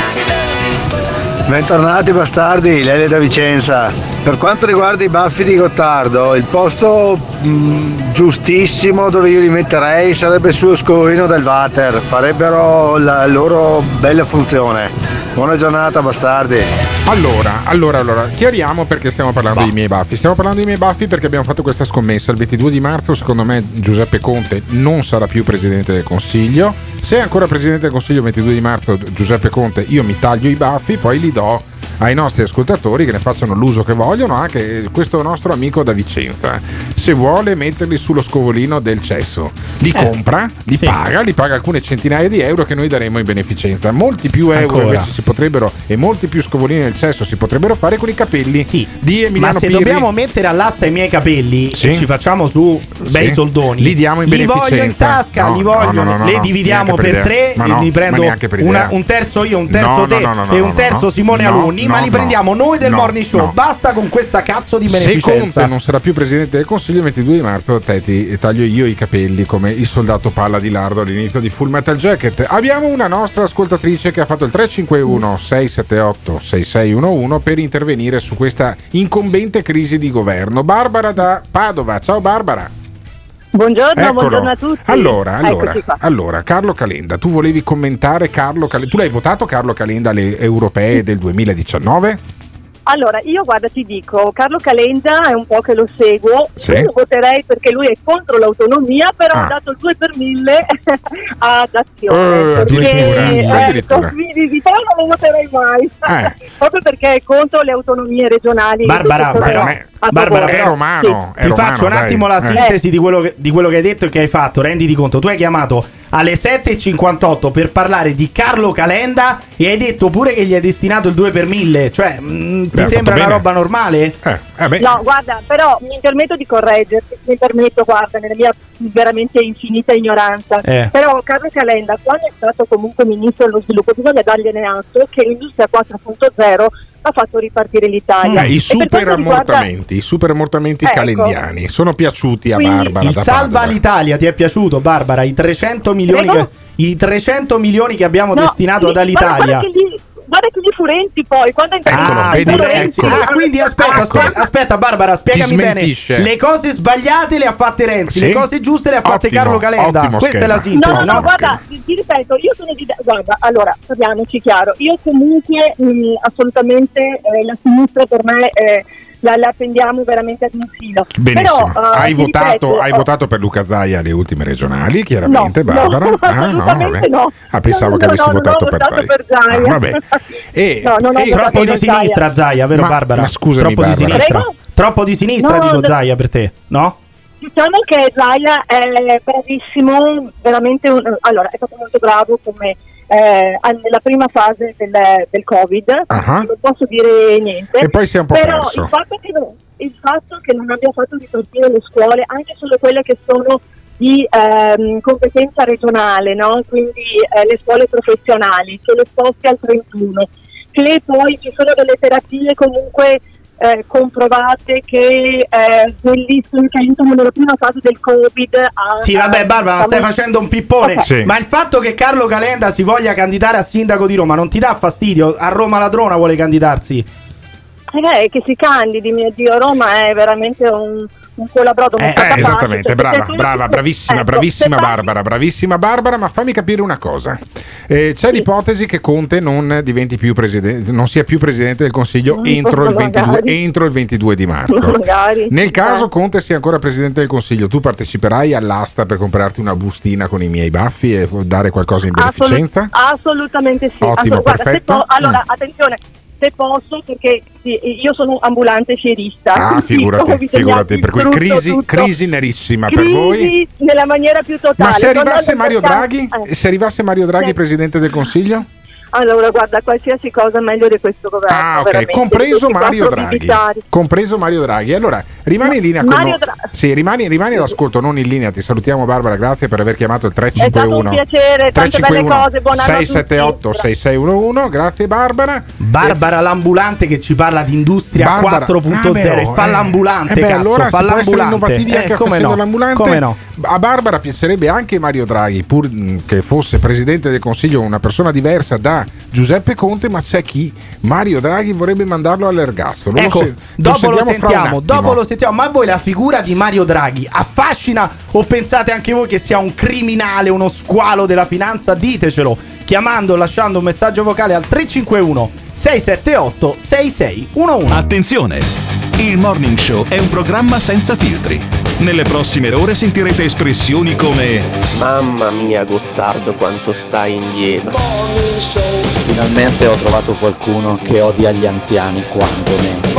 Bentornati bastardi, Lele da Vicenza. Per quanto riguarda i baffi di Gottardo, il posto mh, giustissimo dove io li metterei sarebbe sullo scovino del water, farebbero la loro bella funzione. Buona giornata bastardi. Allora, allora, allora, chiariamo perché stiamo parlando dei miei baffi. Stiamo parlando dei miei baffi perché abbiamo fatto questa scommessa. Il ventidue di marzo, secondo me, Giuseppe Conte non sarà più Presidente del Consiglio. Se è ancora Presidente del Consiglio il ventidue di marzo Giuseppe Conte, io mi taglio i baffi, poi li do ai nostri ascoltatori che ne facciano l'uso che vogliono, anche questo nostro amico da Vicenza. Se vuole metterli sullo scovolino del cesso, li Eh, compra, li sì. paga, li paga alcune centinaia di euro che noi daremo in beneficenza. Molti più euro Ancora. invece si potrebbero, e molti più scovolini del cesso si potrebbero fare con i capelli di Emiliano Ma se Pirri. dobbiamo mettere all'asta i miei capelli, Sì. e ci facciamo su bei Sì. soldoni, Li diamo in li voglio in beneficenza. tasca, No, li no, voglio, no, no, no, le no, dividiamo neanche per per idea. tre, Ma li- no, li ma prendo neanche per una- idea. un terzo io, un terzo No, no, te no, no, no, e no, un terzo no. Simone No, Alunni, no, ma li no. prendiamo noi del No, Morning Show. no. Basta con questa cazzo di Se beneficenza. Conte non sarà più Presidente del Consiglio il ventidue di marzo, te ti taglio io i capelli come il soldato Palla di Lardo all'inizio di Full Metal Jacket. Abbiamo una nostra ascoltatrice che ha fatto il tre cinque uno sei sette otto sei sei uno uno per intervenire su questa incombente crisi di governo. Barbara da Padova. Ciao Barbara. Buongiorno, Eccolo. buongiorno a tutti. Allora, allora, Eccoci qua. allora, Carlo Calenda, tu volevi commentare Carlo Calenda. Tu l'hai votato Carlo Calenda alle europee del duemiladiciannove? Allora, io guarda ti dico, Carlo Calenda è un po' che lo seguo, Sì. io lo voterei perché lui è contro l'autonomia, però Ah. ha dato il due per mille ad Azione. Eh, perché, addirittura, addirittura. Ecco, quindi di però non lo voterei mai, Eh. proprio perché è contro le autonomie regionali. Barbara, che sono però, a Barbara, favore. però, romano, ti è faccio romano, un attimo dai. la Eh. sintesi di, quello che, di quello che hai detto e che hai fatto. Renditi conto, tu hai chiamato alle sette e cinquantotto per parlare di Carlo Calenda e hai detto pure che gli hai destinato il due per mille. Cioè, mh, ti Beh, ha sembra fatto una bene. roba normale? Eh, eh beh. No, guarda, però mi permetto di correggerti, mi permetto, guarda, nella mia veramente infinita ignoranza. Eh. Però Carlo Calenda, quando è stato comunque ministro dello sviluppo, bisogna dargliene atto che l'industria quattro punto zero ha fatto ripartire l'Italia. Eh, I E per super quanto riguarda- ammortamenti, i super ammortamenti Ecco. calendiani sono piaciuti a Quindi- Barbara Il da Salva Padova. l'Italia ti è piaciuto, Barbara? I trecento milioni Prego? che, i trecento milioni che abbiamo No, destinato lì- ad Alitalia. Guarda, guarda che lì, guarda che lì fu Renzi poi, quando è entrato Ah, vedi, pure Renzi. Renzi. Ah, quindi aspetta, Eccolo. aspetta, aspetta, Barbara, spiegami bene. smentisce. Le cose sbagliate le ha fatte Renzi, Sì. le cose giuste le ha fatte Ottimo, Carlo Calenda. ottimo Questa schema. è la sintesi, No, no, no? guarda, ti, ti ripeto, io sono di... Guarda, allora, parliamoci chiaro, io comunque mh, assolutamente eh, la sinistra per me eh, la, la appendiamo veramente ad un filo. Benissimo. Però, eh, hai, ti votato, ripeto, hai oh, votato per Luca Zaia alle ultime regionali, chiaramente, no, Barbara? no, ah, no, assolutamente vabbè. no. Ah, pensavo No, che no, avessi no, non votato ho per votato Zaia. per Zaia. Ah, vabbè. E, No, non ho e- votato Troppo di per Zaia. sinistra, Zaia, vero Ma- Barbara? ma scusami, Troppo di Barbara. sinistra. Prego? Troppo di sinistra, No, dico no. Zaia per te, no? Diciamo che Zaia è bravissimo, veramente un- allora è stato molto bravo come eh, nella prima fase del, del Covid, Ah. non posso dire niente. E poi si è un po' però perso. il fatto, che non, il fatto che non abbia fatto ripartire le scuole, anche solo quelle che sono di ehm, competenza regionale, no? Quindi eh, le scuole professionali, che le sposti al trentuno, che poi ci sono delle terapie comunque eh, comprovate che eh, bellissime, che aiutano nella prima fase del Covid a, Sì, vabbè, Barbara, ma stai facendo un pippone. Ok. Sì. Ma il fatto che Carlo Calenda si voglia candidare a sindaco di Roma non ti dà fastidio? A Roma Ladrona vuole candidarsi? Eh, che si candidi, mio Dio, Roma è veramente un, un colabrodo Eh, montato a parte, esattamente, cioè, brava, se- brava, bravissima, ecco, bravissima se- Barbara, bravissima Barbara, ma fammi capire una cosa. Eh, c'è l'ipotesi che Conte non diventi più presidente, non sia più presidente del Consiglio Mm, entro il ventidue, magari. entro il ventidue di marzo. Magari. Nel caso Eh. Conte sia ancora presidente del Consiglio, tu parteciperai all'asta per comprarti una bustina con i miei baffi e dare qualcosa in Assolut- beneficenza? assolutamente sì. Ottimo, Assolut- guarda, se perfetto. po- allora, Mm. attenzione, se posso, perché sì, io sono un ambulante fierista. Ah, quindi figurati, ho disegnato figurati, il per cui frutto, crisi, tutto. crisi nerissima per Crisi voi. nella maniera più totale. Ma se Non arrivasse andando Mario per caso- Draghi, eh. se arrivasse Mario Draghi Sì. presidente del Consiglio? Allora, guarda, qualsiasi cosa meglio di questo governo. Ah, ok, veramente, compreso di questi Mario quattro Draghi. militari. Compreso Mario Draghi. Allora, rimani in linea con Mario noi. Dra- Sì, rimani, rimani all'ascolto, non in linea. Ti salutiamo Barbara, grazie per aver chiamato il tre cinque uno. È stato un piacere, tante belle cose, buon anno a sei tutti. sette otto sei sei uno uno. Grazie Barbara. Barbara l'ambulante che ci parla di industria Barbara- quattro punto zero Ah, beh, e fa eh. l'ambulante, Eh beh, cazzo, allora fa si può essere l'ambulante. innovativi anche Eh, come facendo no? l'ambulante. Come no? A Barbara piacerebbe anche Mario Draghi, pur mh, che fosse presidente del Consiglio una persona diversa da Giuseppe Conte, ma c'è chi Mario Draghi vorrebbe mandarlo all'ergastolo. Ecco, se- dopo lo sentiamo fra un sentiamo, attimo. dopo lo sentiamo. Ma voi la figura di Mario Draghi affascina o pensate anche voi che sia un criminale, uno squalo della finanza? Ditecelo chiamando o lasciando un messaggio vocale al tre cinque uno sei sette otto sei sei uno uno. Attenzione! Il Morning Show è un programma senza filtri. Nelle prossime ore sentirete espressioni come Mamma mia Gottardo quanto stai indietro. Finalmente ho trovato qualcuno che odia gli anziani quanto me.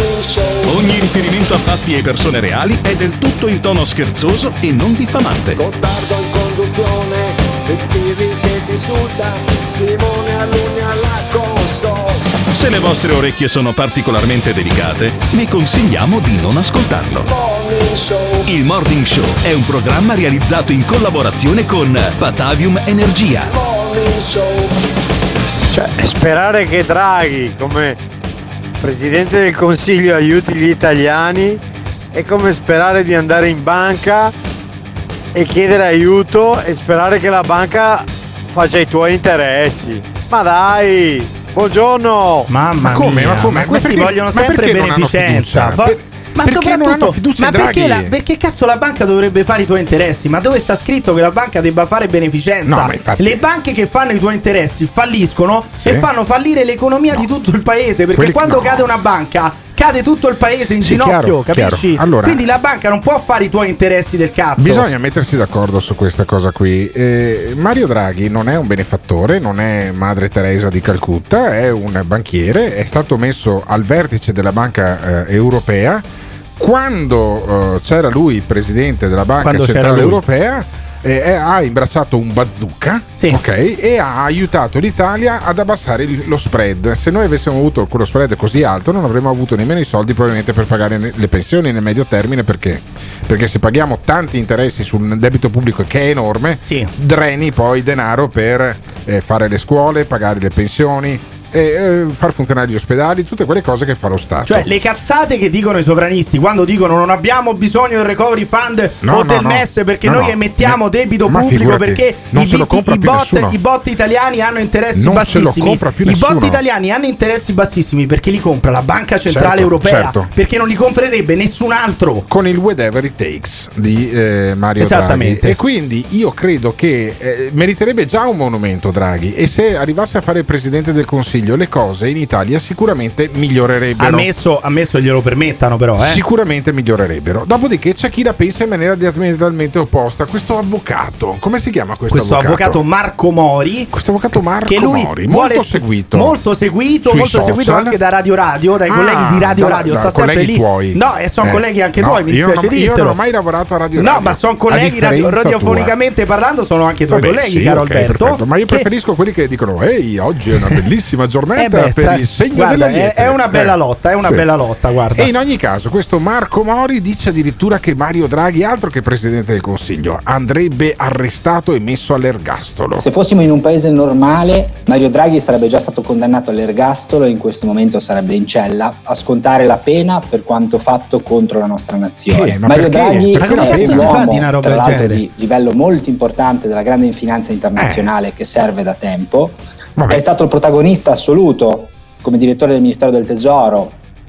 ogni riferimento a fatti e persone reali è del tutto in tono scherzoso e non diffamante. Gottardo in conduzione, il Pirri che ti insulta, Simone Alunni alla console. Se le vostre orecchie sono particolarmente delicate, vi consigliamo di non ascoltarlo. Il Morning Show è un programma realizzato in collaborazione con Batavium Energia. Cioè, sperare che Draghi, come Presidente del Consiglio, aiuti gli italiani è come sperare di andare in banca e chiedere aiuto e sperare che la banca faccia i tuoi interessi. Ma dai, buongiorno! Mamma Ma come, mia, ma come? ma questi Ma perché- vogliono ma sempre perché non hanno beneficenza. fiducia? Va- Per- ma perché non soprattutto, hanno fiducia ma in perché, Draghi? la, perché cazzo la banca dovrebbe fare i tuoi interessi? Ma dove sta scritto che la banca debba fare beneficenza? No, ma infatti- Le banche che fanno i tuoi interessi falliscono Sì. e fanno fallire l'economia di tutto il paese. Perché Quelli- quando no. cade una banca, cade tutto il paese in Sì, ginocchio, chiaro, capisci? chiaro. Allora- Quindi la banca non può fare i tuoi interessi del cazzo. Bisogna mettersi d'accordo su questa cosa qui. Eh, Mario Draghi non è un benefattore, non è Madre Teresa di Calcutta, è un banchiere, è stato messo al vertice della Banca eh, Europea. Quando eh, c'era lui presidente della Banca Quando c'era Centrale lui. Europea, eh, ha imbracciato un bazooka, ok, e ha aiutato l'Italia ad abbassare il- lo spread. Se noi avessimo avuto quello spread così alto non avremmo avuto nemmeno i soldi probabilmente per pagare ne- le pensioni nel medio termine. Perché? Perché se paghiamo tanti interessi sul debito pubblico, che è enorme, dreni poi denaro per eh, fare le scuole, pagare le pensioni, e eh, far funzionare gli ospedali, tutte quelle cose che fa lo Stato. Cioè, le cazzate che dicono i sovranisti quando dicono non abbiamo bisogno del recovery fund No, o no, del no. M E S perché No, noi no. emettiamo Ne- debito ma pubblico figurati, perché non i, se lo i- compra i più bot, nessuno. i bot italiani hanno interessi Non se lo bassissimi. compra più I bot nessuno. italiani hanno interessi bassissimi perché li compra la Banca Centrale Certo, Europea, certo. perché non li comprerebbe nessun altro. Con il whatever it takes di eh, Mario Esattamente. Draghi. E quindi io credo che eh, meriterebbe già un monumento Draghi, e se arrivasse a fare il Presidente del Consiglio le cose in Italia sicuramente migliorerebbero. Ammesso, ammesso glielo permettano però, eh. Sicuramente migliorerebbero. Dopodiché c'è chi la pensa in maniera diametralmente opposta. Questo avvocato, come si chiama questo, Questo avvocato Marco Mori, questo avvocato Marco che lui Mori, vuole- molto seguito, molto seguito, sui molto seguito social. anche da Radio Radio, dai Ah, colleghi di Radio da- Radio, da sta sempre colleghi lì. tuoi. No, e sono Eh, colleghi anche no, tuoi, mi io dispiace non- io dirtelo. non ho mai lavorato a Radio No, Radio. ma sono A colleghi radio- differenza radiofonicamente parlando, sono anche tuoi Vabbè, colleghi, sì, caro ok, Alberto. perfetto. Ma io che- preferisco quelli che dicono ehi, oggi è una bellissima giornata Eh beh, per tra- il segno guarda, della è- lietre. è una bella Eh, lotta, è una sì. bella lotta, guarda. E in ogni caso, questo Marco Mori dice addirittura che Mario Draghi, altro che Presidente del Consiglio, andrebbe arrestato e messo all'ergastolo. Se fossimo in un paese normale, Mario Draghi sarebbe già stato condannato all'ergastolo e in questo momento sarebbe in cella a scontare la pena per quanto fatto contro la nostra nazione. Che? Ma Mario perché? Draghi Ma come è cazzo un si fa uomo, di una roba tra del l'altro, genere? di livello molto importante della grande finanza internazionale che serve da tempo. Vabbè. È stato il protagonista assoluto come direttore del Ministero del Tesoro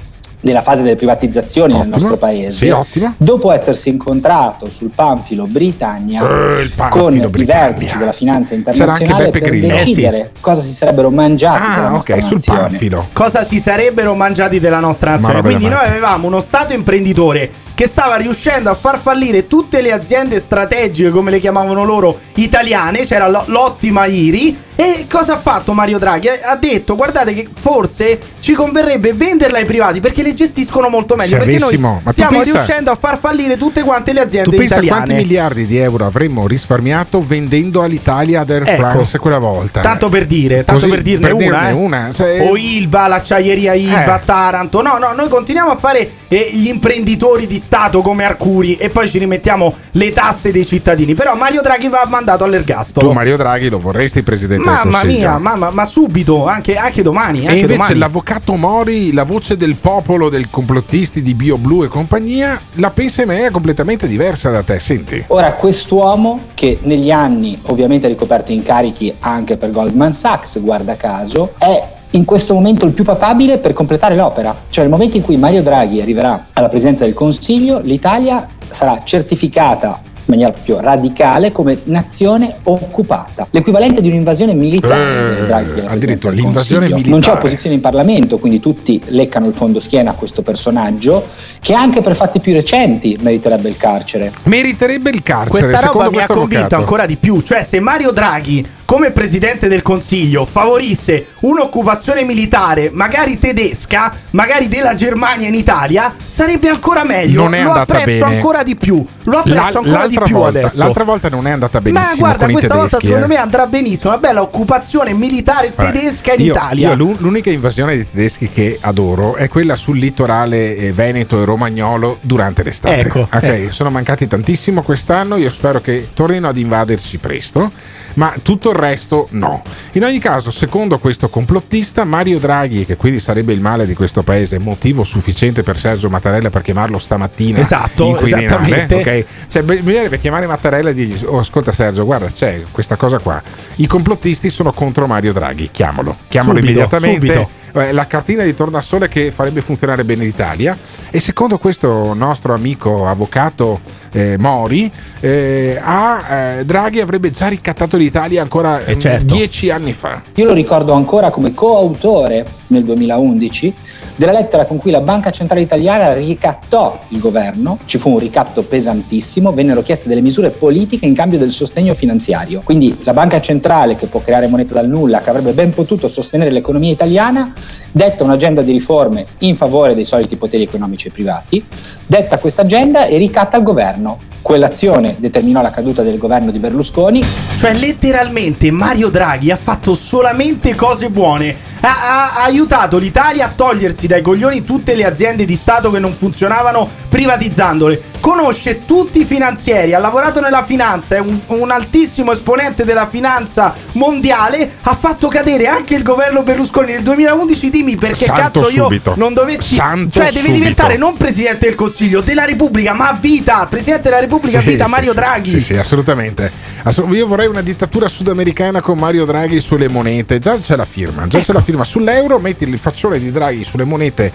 della fase delle privatizzazioni ottimo. Nel nostro paese, sì, ottimo. Dopo essersi incontrato sul panfilo Britannia eh, panfilo con Britannia. I vertici della finanza internazionale per decidere eh, sì. cosa si sarebbero mangiati ah, della nostra okay, nazione. Sul panfilo. Cosa si sarebbero mangiati della nostra nazione. Quindi noi avevamo uno Stato imprenditore che stava riuscendo a far fallire tutte le aziende strategiche, come le chiamavano loro, italiane. C'era l'ottima I R I. E cosa ha fatto Mario Draghi? Ha detto: guardate che forse ci converrebbe venderla ai privati perché le gestiscono molto meglio, perché noi stiamo pensa, riuscendo a far fallire tutte quante le aziende tu pensa italiane. Quanti miliardi di euro avremmo risparmiato vendendo all'Italia ad Air ecco, France quella volta? Tanto per dire, tanto Così, per dirne per una, dirne eh. una cioè, o Ilva, l'acciaieria Ilva, eh. Taranto. No, no, noi continuiamo a fare eh, gli imprenditori di Stato come Arcuri e poi ci rimettiamo le tasse dei cittadini. Però Mario Draghi va mandato all'ergastolo. Tu Mario Draghi lo vorresti presidente del Mamma Consiglio? Mia, mamma, ma subito, anche, anche domani. Anche e invece domani. L'avvocato Mori, la voce del popolo, del complottisti di BioBlue e compagnia, la pensa in maniera completamente diversa da te. Senti. Ora, quest'uomo che negli anni ovviamente ha ricoperto incarichi anche per Goldman Sachs, guarda caso, è in questo momento il più papabile per completare l'opera. Cioè, nel momento in cui Mario Draghi arriverà alla presidenza del Consiglio, l'Italia sarà certificata in maniera più radicale come nazione occupata, l'equivalente di un'invasione militare. Eh, Draghi, addirittura l'invasione militare. Non c'è opposizione in Parlamento, quindi tutti leccano il fondoschiena a questo personaggio che anche per fatti più recenti meriterebbe il carcere. Meriterebbe il carcere. Questa roba mi ha convinto avvocato. ancora di più. Cioè, se Mario Draghi come presidente del Consiglio favorisse un'occupazione militare, magari tedesca, magari della Germania in Italia, sarebbe ancora meglio. Non è lo andata apprezzo bene. ancora di più. Lo apprezzo La, ancora di più volta, adesso. L'altra volta non è andata benissimo. Ma guarda, con questa i tedeschi, volta secondo eh. me andrà benissimo. Una bella occupazione militare tedesca in io, Italia. Io l'unica invasione dei tedeschi che adoro è quella sul litorale eh, veneto e romagnolo durante l'estate. Ecco, okay, ecco. Sono mancati tantissimo quest'anno. Io spero che tornino ad invaderci presto. Ma tutto il resto no. In ogni caso, secondo questo complottista, Mario Draghi, che quindi sarebbe il male di questo paese, motivo sufficiente per Sergio Mattarella per chiamarlo stamattina esatto, in Quirinale, esattamente. Okay? Cioè, bisognerebbe chiamare Mattarella e dirgli: oh, ascolta Sergio, guarda, c'è questa cosa qua, i complottisti sono contro Mario Draghi, chiamalo, chiamalo subito, immediatamente subito. La cartina di tornasole che farebbe funzionare bene l'Italia. E secondo questo nostro amico avvocato eh, Mori, eh, a eh, Draghi avrebbe già ricattato l'Italia ancora eh certo. dieci anni fa. Io lo ricordo ancora come coautore nel duemilaundici della lettera con cui la Banca Centrale Italiana ricattò il governo. Ci fu un ricatto pesantissimo, vennero chieste delle misure politiche in cambio del sostegno finanziario. Quindi la Banca Centrale, che può creare moneta dal nulla, che avrebbe ben potuto sostenere l'economia italiana, detta un'agenda di riforme in favore dei soliti poteri economici e privati, detta questa agenda e ricatta il governo. Quell'azione determinò la caduta del governo di Berlusconi. Cioè, letteralmente Mario Draghi ha fatto solamente cose buone. Ha, ha, ha aiutato l'Italia a togliersi dai coglioni tutte le aziende di Stato che non funzionavano, privatizzandole. Conosce tutti i finanzieri, ha lavorato nella finanza, è un, un altissimo esponente della finanza mondiale. Ha fatto cadere anche il governo Berlusconi nel duemilaundici. Dimmi perché Santo cazzo io subito. non dovessi Santo Cioè, devi subito. diventare non presidente del Consiglio, della Repubblica, ma a vita. Presidente della Repubblica a Sì, vita, sì, Mario sì, Draghi. Sì, sì, assolutamente. Assolut- io vorrei una dittatura sudamericana con Mario Draghi sulle monete. Già c'è la firma, già ecco. c'è la firma sull'euro. Metti il faccione di Draghi sulle monete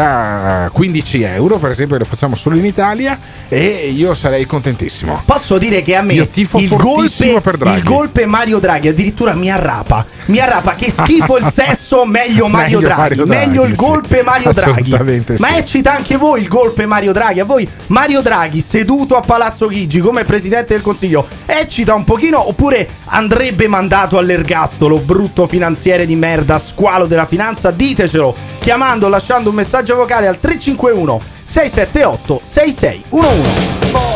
da quindici euro, per esempio, che lo facciamo solo in Italia, e io sarei contentissimo. Posso dire che a me io tifo il fortissimo golpe, per Draghi. il golpe Mario Draghi addirittura mi arrapa. Mi arrapa, che schifo il sesso, meglio Mario Meglio Draghi. Mario Draghi, meglio il sì. golpe Mario Draghi. Assolutamente sì. Ma eccita anche voi il golpe Mario Draghi. A voi Mario Draghi seduto a Palazzo Chigi come presidente del Consiglio eccita un pochino, oppure andrebbe mandato all'ergastolo? Brutto finanziere di merda, squalo della finanza. Ditecelo chiamando o lasciando un messaggio vocale al tre cinque uno sei sette otto sei sei uno uno.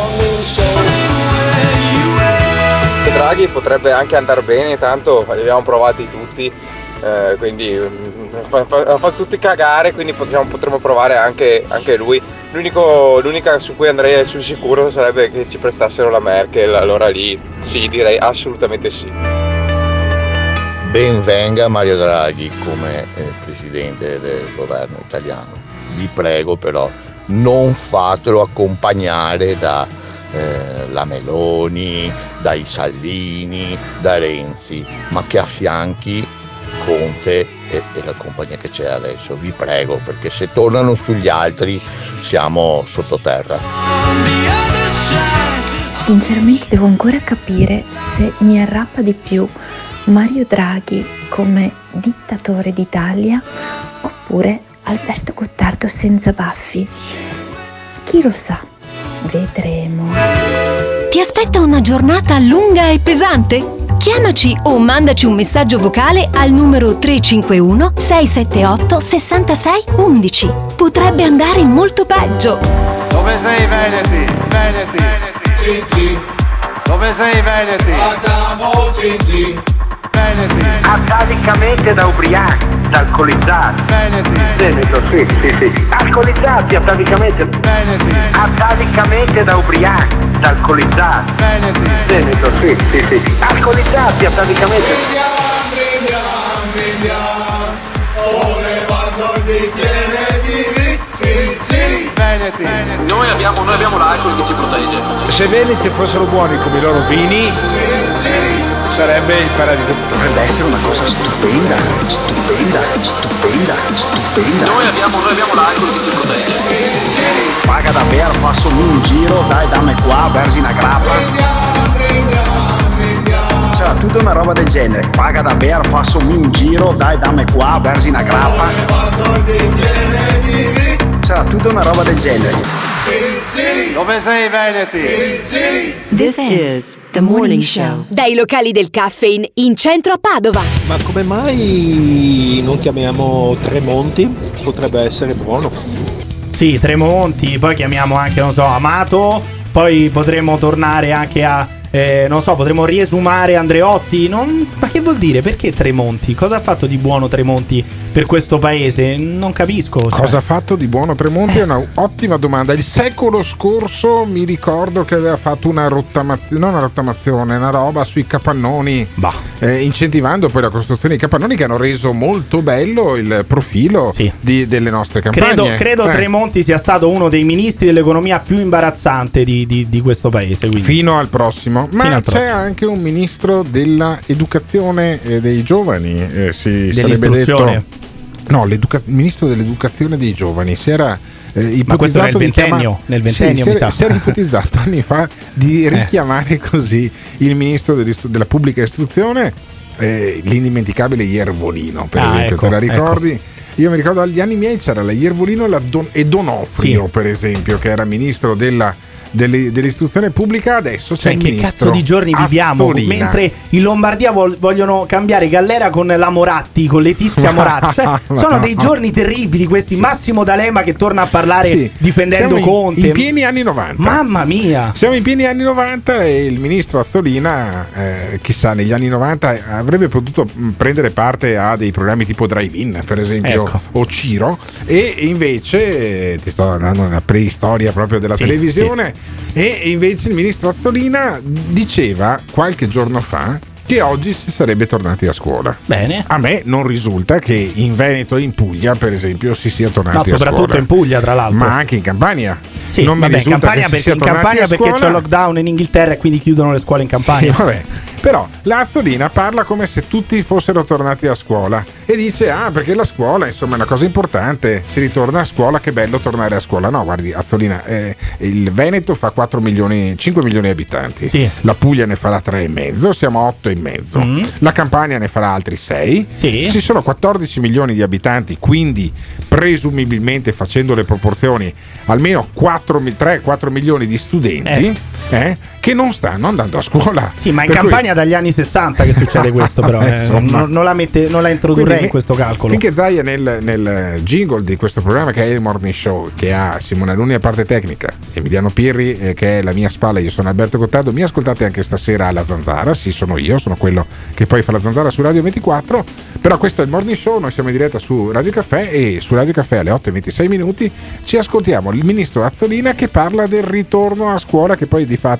Draghi potrebbe anche andare bene, tanto li abbiamo provati tutti, eh, quindi fa, fa, fa tutti cagare, quindi potremmo, potremmo provare anche, anche lui. L'unico, l'unica su cui andrei sul sicuro sarebbe che ci prestassero la Merkel, allora lì sì, direi assolutamente sì. Ben venga Mario Draghi come eh, presidente del governo italiano. Vi prego però, non fatelo accompagnare da eh, la Meloni, dai Salvini, da Renzi, ma che affianchi Conte e, e la compagnia che c'è adesso, vi prego, perché se tornano sugli altri siamo sottoterra. Sinceramente devo ancora capire se mi arrappa di più Mario Draghi come dittatore d'Italia oppure Alberto Gottardo senza baffi. Chi lo sa? Vedremo. Ti aspetta una giornata lunga e pesante? Chiamaci o mandaci un messaggio vocale al numero tre cinque uno sei sette otto sei sei uno uno. Potrebbe andare molto peggio. Dove sei Veneti? Veneti. Gigi. Dove sei Veneti? Facciamo Gigi. Veneti. Atavicamente da ubriachi, da alcolizzati. Veneti. Veneto, sì, sì, sì. Alcolizzati atavicamente. Veneti. Atavicamente da ubriachi, da alcolizzati. Veneti. Veneto, sì, sì, sì. Alcolizzati atavicamente. Brindiamo, brindiamo, sollevando il bicchiere di Gigi. Veneti. Noi abbiamo, noi abbiamo l'alcol che ci protegge. Se Veneti fossero buoni come i loro vini, sarebbe il paradiso. Dovrebbe essere una cosa stupenda, stupenda, stupenda, stupenda. Noi abbiamo, noi abbiamo l'alcol che ci protegge. Paga da bere, fassami un giro, dai dammi qua, versi una grappa. C'era tutta una roba del genere. Paga da bere, fassami un giro, dai dammi qua, versi una grappa. C'era tutta una roba del genere. Dove sei Veneti? This is the morning show. Dai locali del Caffeine in centro a Padova. Ma come mai non chiamiamo Tremonti? Potrebbe essere buono. Sì, Tremonti, poi chiamiamo anche, non so, Amato, poi potremmo tornare anche a, eh, non so, potremmo riesumare Andreotti. Non... Ma che vuol dire? Perché Tremonti? Cosa ha fatto di buono Tremonti per questo paese? Non capisco. Cioè. Cosa ha fatto di buono Tremonti? È un'ottima domanda. Il secolo scorso mi ricordo che aveva fatto una rottamazione, non una rottamazione, una roba sui capannoni, eh, incentivando poi la costruzione dei capannoni, che hanno reso molto bello il profilo sì. di, delle nostre campagne. Credo, credo eh. Tremonti sia stato uno dei ministri dell'economia più imbarazzante di, di, di questo paese. Quindi. Fino al prossimo. Ma Fino al c'è prossimo. anche un ministro dell'educazione e dei giovani, eh, si sarebbe detto. No, il ministro dell'educazione dei giovani si era eh, ipotizzato. Ma questo era nel ventennio, chiama... nel ventennio sì, mi si, era, sa. si era ipotizzato anni fa di richiamare eh. così il ministro della pubblica istruzione, eh, l'indimenticabile Iervolino, per ah, esempio, ecco, te la ricordi? Ecco. Io mi ricordo agli anni miei c'era la Iervolino e, la Don- e Donofrio, sì. per esempio, che era ministro della Delle, dell'istruzione pubblica. Adesso c'è cioè, il che ministro cazzo di giorni viviamo? Azzolina. Mentre in Lombardia vol- vogliono cambiare Gallera con la Moratti, con Letizia Moratti, cioè, sono dei giorni terribili questi. Sì. Massimo D'Alema che torna a parlare sì. difendendo Siamo Conte in, in pieni anni novanta. Mamma mia, siamo in pieni anni novanta e il ministro Azzolina eh, chissà, negli anni novanta avrebbe potuto prendere parte a dei programmi tipo Drive-In, per esempio, ecco. o Ciro, e invece eh, ti sto dando una preistoria proprio della sì, televisione sì. e invece il ministro Azzolina diceva qualche giorno fa che oggi si sarebbe tornati a scuola. Bene. A me non risulta che in Veneto e in Puglia, per esempio, si sia tornati a scuola. Ma soprattutto in Puglia, tra l'altro. Ma anche in Campania. Sì, non vabbè, mi risulta Campania che si perché sia in tornati Campania a perché scuola. c'è il lockdown in Inghilterra e quindi chiudono le scuole in Campania. Sì, vabbè. Però la Azzolina parla come se tutti fossero tornati a scuola e dice ah perché la scuola insomma è una cosa importante, si ritorna a scuola, che bello tornare a scuola. No, guardi Azzolina, eh, il Veneto fa quattro milioni, cinque milioni di abitanti, sì. La Puglia ne farà tre e mezzo, siamo a otto e mezzo, mm. La Campania ne farà altri sei, sì. Ci sono quattordici milioni di abitanti, quindi presumibilmente, facendo le proporzioni, almeno tre quattro milioni di studenti eh. Eh, che non stanno andando a scuola. Sì, ma in per Campania cui... dagli anni sessanta che succede questo, però eh, non, non, la mette, non la introdurrei Quindi, in questo calcolo. Finché Zaia nel, nel jingle di questo programma che è il Morning Show, che ha Simone Alunni a parte tecnica, Emiliano Pirri eh, che è la mia spalla, io sono Alberto Gottardo, mi ascoltate anche stasera alla Zanzara, sì sono io, sono quello che poi fa la Zanzara su Radio ventiquattro, però questo è il Morning Show, noi siamo in diretta su Radio Caffè e su Radio Caffè alle otto e ventisei minuti ci ascoltiamo il ministro Azzolina che parla del ritorno a scuola, che poi di fatto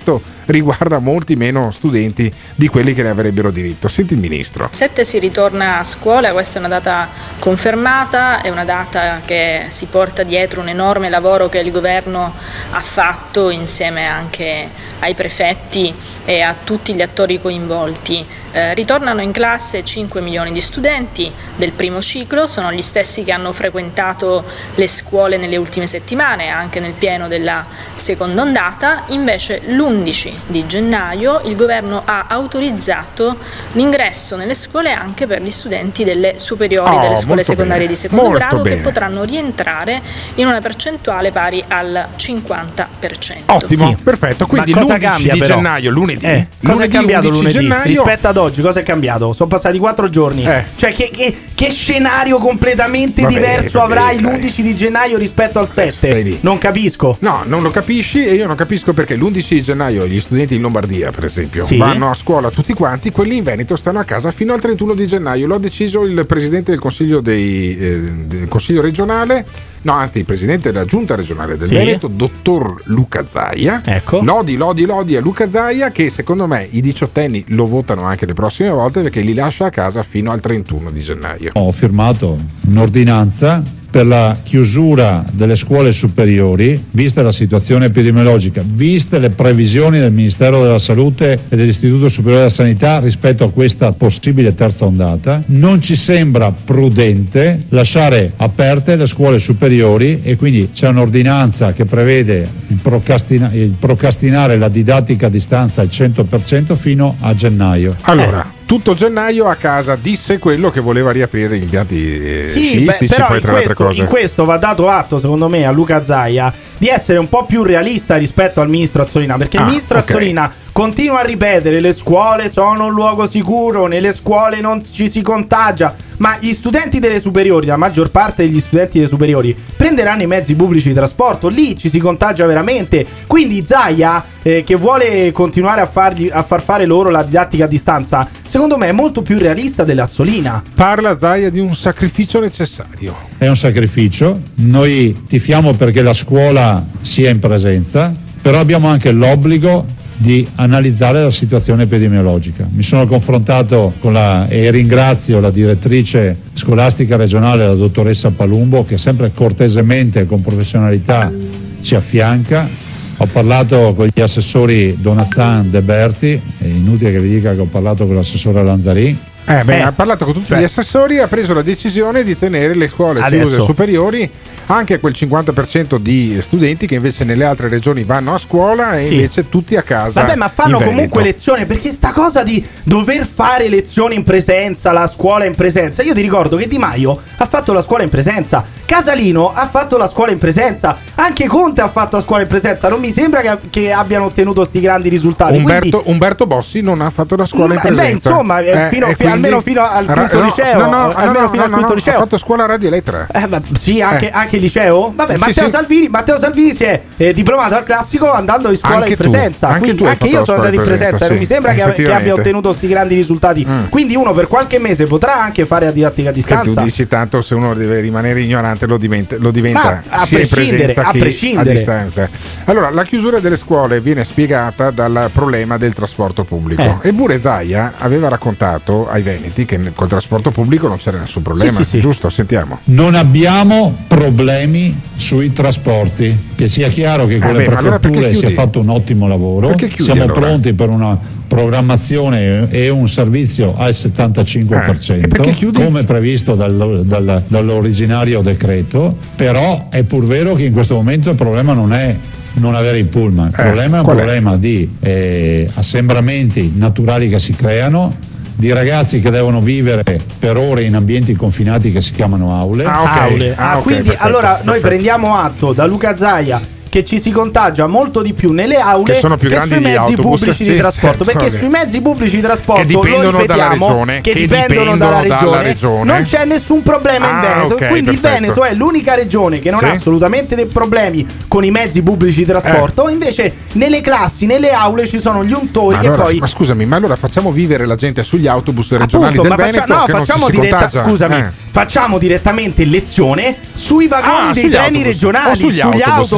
riguarda molti meno studenti di quelli che ne avrebbero diritto. Senti il ministro. sette si ritorna a scuola, questa è una data confermata, è una data che si porta dietro un enorme lavoro che il governo ha fatto insieme anche ai prefetti e a tutti gli attori coinvolti. Eh, ritornano in classe cinque milioni di studenti del primo ciclo, sono gli stessi che hanno frequentato le scuole nelle ultime settimane, anche nel pieno della seconda ondata. Invece l'undici di gennaio il governo ha autorizzato l'ingresso nelle scuole anche per gli studenti delle superiori, oh, delle scuole secondarie bene. di secondo molto grado, bene. che potranno rientrare in una percentuale pari al cinquanta per cento. Ottimo, Sì. perfetto. Quindi Ma cosa l'undici cambia, di però? gennaio, lunedì. Eh, cosa lunedì, è cambiato undici lunedì gennaio. rispetto ad oggi? Cosa è cambiato? Sono passati quattro giorni. Eh. Cioè, che, che, che scenario completamente Vabbè, diverso vabbè, avrai dai. l'undici di gennaio rispetto al Stai sette? lì. Non capisco. No, non lo capisci e io non capisco perché l'undici di gennaio gli studenti in Lombardia, per esempio, Sì. vanno a scuola tutti quanti, quelli in Veneto stanno a casa fino al trentuno di gennaio. Lo ha deciso il presidente del consiglio, dei, eh, del consiglio regionale, no, anzi il presidente della giunta regionale del Sì. Veneto, dottor Luca Zaia. Ecco. Lodi, lodi, lodi a Luca Zaia, che secondo me i diciottenni lo votano anche le prossime volte perché li lascia a casa fino al trentuno di gennaio. Ho firmato un'ordinanza per la chiusura delle scuole superiori, vista la situazione epidemiologica, viste le previsioni del Ministero della Salute e dell'Istituto Superiore della Sanità rispetto a questa possibile terza ondata. Non ci sembra prudente lasciare aperte le scuole superiori e quindi c'è un'ordinanza che prevede il, procrastina- il procrastinare la didattica a distanza al cento per cento fino a gennaio. Allora, tutto gennaio a casa disse quello che voleva riaprire gli impianti eh, Sì, sciistici, beh, però poi in tra le altre questo, cose. in questo va dato atto, secondo me, a Luca Zaia di essere un po' più realista rispetto al ministro Azzolina, perché Ah, il ministro ok. Azzolina continua a ripetere: le scuole sono un luogo sicuro, nelle scuole non ci si contagia. Ma gli studenti delle superiori, la maggior parte degli studenti delle superiori, prenderanno i mezzi pubblici di trasporto, lì ci si contagia veramente. Quindi Zaia, eh, che vuole continuare a, fargli, a far fare loro la didattica a distanza, secondo me è molto più realista dell'Azzolina. Parla Zaia di un sacrificio necessario. È un sacrificio, noi tifiamo perché la scuola sia in presenza, però abbiamo anche l'obbligo di analizzare la situazione epidemiologica. Mi sono confrontato con la e ringrazio la direttrice scolastica regionale, la dottoressa Palumbo, che sempre cortesemente e con professionalità ci affianca. Ho parlato con gli assessori Donazzan, De Berti, è inutile che vi dica che ho parlato con l'assessore Lanzarin. Eh, beh, Eh, ha parlato con tutti cioè- gli assessori e ha preso la decisione di tenere le scuole Adesso. chiuse superiori anche a quel cinquanta per cento di studenti che invece nelle altre regioni vanno a scuola e Sì. invece tutti a casa. Vabbè, ma fanno in comunque Veneto. lezione, perché sta cosa di dover fare lezioni in presenza, la scuola in presenza. Io ti ricordo che Di Maio ha fatto la scuola in presenza, Casalino ha fatto la scuola in presenza, anche Conte ha fatto la scuola in presenza. Non mi sembra che, che abbiano ottenuto sti grandi risultati. Umberto, Quindi, Umberto Bossi non ha fatto la scuola in Beh, beh, presenza. insomma, eh, fino- e fi- almeno fino al Ra- quinto no, liceo, no, no, almeno no, fino al no, quinto no, liceo. Ha fatto scuola radio Elettra. Eh, beh, sì, anche, Eh. anche il liceo? Vabbè, Sì, Matteo sì. Salvini, Matteo Salvini si è eh, diplomato al classico andando in scuola Anche in tu, presenza. anche Quindi tu hai anche fatto io la sono scuola andato in in presenza. presenza, Non mi sì, sembra che, che effettivamente. abbia ottenuto questi grandi risultati. Mm. Quindi uno per qualche mese potrà anche fare la didattica a Che tu distanza. dici tanto, se uno deve rimanere ignorante lo diventa, lo diventa Ma a sia in prescindere, presenza a che prescindere. a distanza. Allora, la chiusura delle scuole viene spiegata dal problema del trasporto pubblico. Eh. Eppure Zaia aveva raccontato ai veneti che nel- col trasporto pubblico non c'era nessun problema. Sì, sì, sì. Giusto? Sentiamo. Non abbiamo problemi sui trasporti, che sia chiaro che con Eh le beh, ma allora perché prefetture si è chiudi? fatto un ottimo lavoro, Perché chiudi, siamo allora? pronti per una programmazione e un servizio al settantacinque per cento, Eh, e perché chiudi? come previsto dal- dal- dall'originario decreto. Però è pur vero che in questo momento il problema non è non avere il pullman, il Eh, problema è un qual è? problema di eh, assembramenti naturali che si creano, di ragazzi che devono vivere per ore in ambienti confinati che si chiamano aule. Ah, ok. Aule. Ah, Ah, ok, quindi perfetto, allora noi perfetto. prendiamo atto da Luca Zaia che ci si contagia molto di più nelle aule Che sono più grandi sui gli mezzi autobus, pubblici sì, di trasporto, certo, perché ok. sui mezzi pubblici di trasporto Che dipendono lo ripetiamo, dalla regione, che, che dipendono, dipendono dalla, dalla regione, regione. non c'è nessun problema in Ah, Veneto, ok, quindi il perfetto. Veneto è l'unica regione che non Sì. ha assolutamente dei problemi con i mezzi pubblici di trasporto. Eh. Invece nelle classi, nelle aule ci sono gli untori Ma, che allora, poi ma scusami, ma allora facciamo vivere la gente sugli autobus regionali Appunto, del ma Veneto faccia- no, che non ci facciamo si diretta- contagia? scusami, Eh. facciamo direttamente lezione sui vagoni Ah, dei sugli treni autobus. regionali, O sugli sugli autobus, autobus, sì, sì, sì,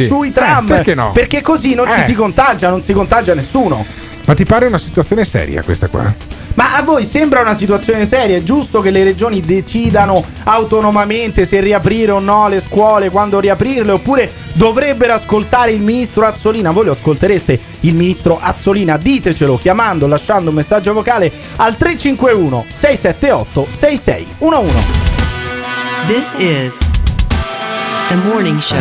Sì. sui tram. Eh, perché no? Perché così non Eh. ci si contagia, non si contagia nessuno. Ma ti pare una situazione seria questa qua? Ma a voi sembra una situazione seria? È giusto che le regioni decidano autonomamente se riaprire o no le scuole, quando riaprirle, oppure dovrebbero ascoltare il ministro Azzolina? Voi lo ascoltereste il ministro Azzolina? Ditecelo chiamando, lasciando un messaggio vocale al tre cinque uno sei sette otto sei sei uno uno. This is The Morning Show.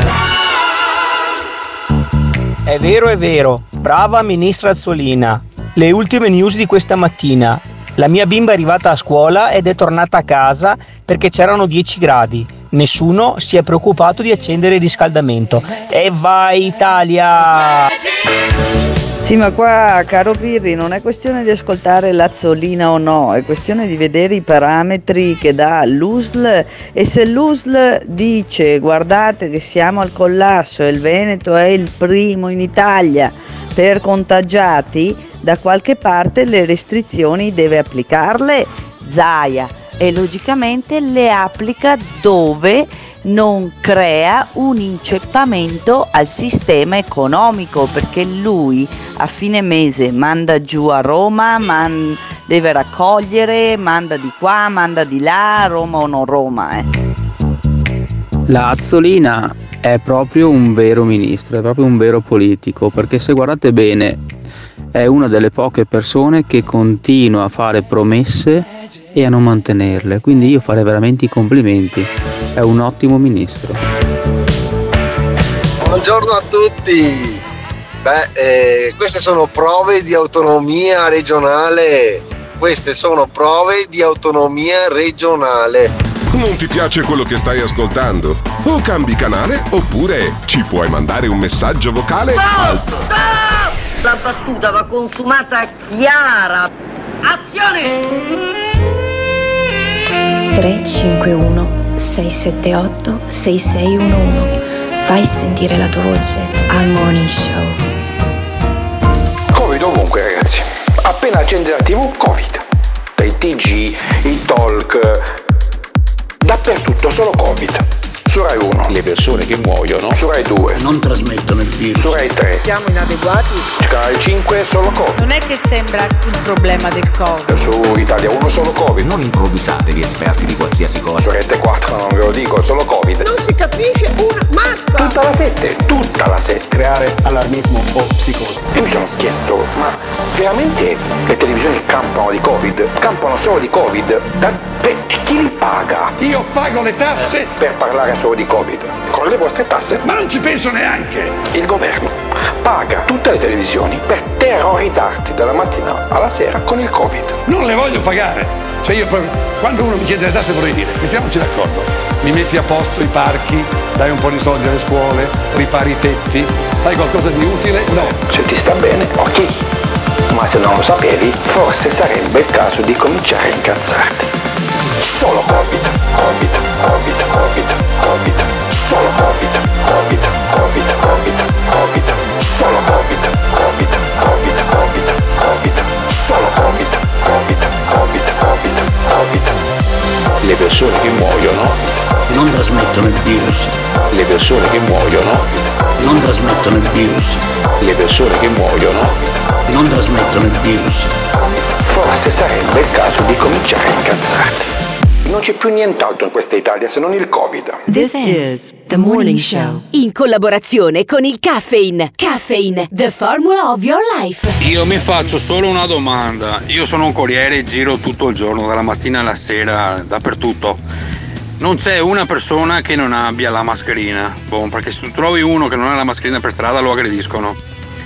È vero, è vero. Brava ministra Azzolina. Le ultime news di questa mattina. La mia bimba è arrivata a scuola ed è tornata a casa perché c'erano dieci gradi. Nessuno si è preoccupato di accendere il riscaldamento. E vai Italia! Sì, ma qua, caro Pirri, non è questione di ascoltare l'Azzolina o no, è questione di vedere i parametri che dà l'U S L, e se l'U S L dice guardate che siamo al collasso e il Veneto è il primo in Italia per contagiati, da qualche parte le restrizioni deve applicarle Zaia, e logicamente le applica dove non crea un inceppamento al sistema economico, perché lui a fine mese manda giù a Roma, man- deve raccogliere, manda di qua, manda di là, Roma o non Roma. Eh. La Azzolina è proprio un vero ministro, è proprio un vero politico, perché se guardate bene è una delle poche persone che continua a fare promesse e a non mantenerle, quindi io farei veramente i complimenti, è un ottimo ministro. Buongiorno a tutti. Beh, eh, queste sono prove di autonomia regionale. Queste sono prove di autonomia regionale. Non ti piace quello che stai ascoltando? O cambi canale oppure ci puoi mandare un messaggio vocale al... La battuta va consumata chiara. Azione! tre cinque uno sei sette otto sei sei uno uno. Fai sentire la tua voce al Morning Show. Covid ovunque, ragazzi. Appena accende la tivù, Covid. Dai T G, i talk, dappertutto solo Covid. Su Rai uno le persone che muoiono, su Rai due non trasmettono il virus, su Rai tre Siamo inadeguati. su Rai cinque solo Covid, Non è che sembra il problema del Covid. su Italia uno solo Covid, Non improvvisatevi esperti di qualsiasi cosa. su Rete quattro non ve lo dico, solo Covid. Non si capisce una mazza. Tutta la sette, tutta la sette. Creare allarmismo o psicosi. Io mi sono chiesto, ma veramente le televisioni campano di Covid? Campano solo di Covid? Da, per, chi li paga? Io pago le tasse Per parlare solo di Covid. Con le vostre tasse? ma non ci penso neanche. Il governo paga tutte le televisioni per terrorizzarti dalla mattina alla sera con il Covid. Non le voglio pagare. Cioè io proprio, quando uno mi chiede le tasse vorrei dire, mettiamoci d'accordo, mi metti a posto i parchi, dai un po' di soldi alle scuole, ripari i tetti, fai qualcosa di utile? No. Se ti sta bene, ok. Ma se non lo sapevi, forse sarebbe il caso di cominciare a incazzarti. Solo Covid, Covid, Covid, Covid, Covid, solo Covid, Covid, Covid, Covid, Covid, solo Covid, Covid, Covid, Covid, Covid, solo Covid, Covid, Covid, Covid, Covid. Le persone che muoiono non trasmettono il virus. Le persone che muoiono non trasmettono il virus. Le persone che muoiono non trasmettono il virus. Forse sarebbe il caso di cominciare a incazzarti. Non c'è più nient'altro in questa Italia se non il Covid. This is The Morning Show. In collaborazione con il Caffeine. Caffeine, the formula of your life. Io mi faccio solo una domanda. Io sono un corriere e giro tutto il giorno, dalla mattina alla sera, dappertutto. Non c'è una persona che non abbia la mascherina. Boh, perché se tu trovi uno che non ha la mascherina per strada lo aggrediscono.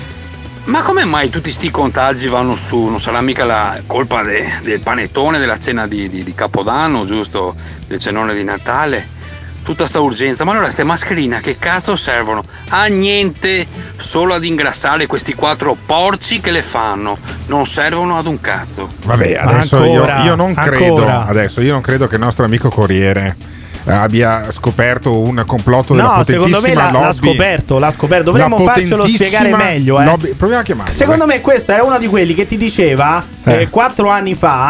Ma come mai tutti sti contagi vanno su? Non sarà mica la colpa de, del panettone della cena di, di, di Capodanno, giusto? Del cenone di Natale? Tutta sta urgenza. Ma allora ste mascherine a che cazzo servono? A niente, solo ad ingrassare questi quattro porci che le fanno. Non servono ad un cazzo. Vabbè, adesso Ancora, io, io non credo. ancora. Adesso io non credo che il nostro amico Corriere abbia scoperto un complotto della No, potentissima secondo me l'ha, l'ha lobby. scoperto, l'ha scoperto. Dovremmo La farcelo potentissima spiegare meglio. Eh. lobby- Proviamo a chiamarlo. Secondo me questo era uno di quelli che ti diceva Eh. eh, quattro anni fa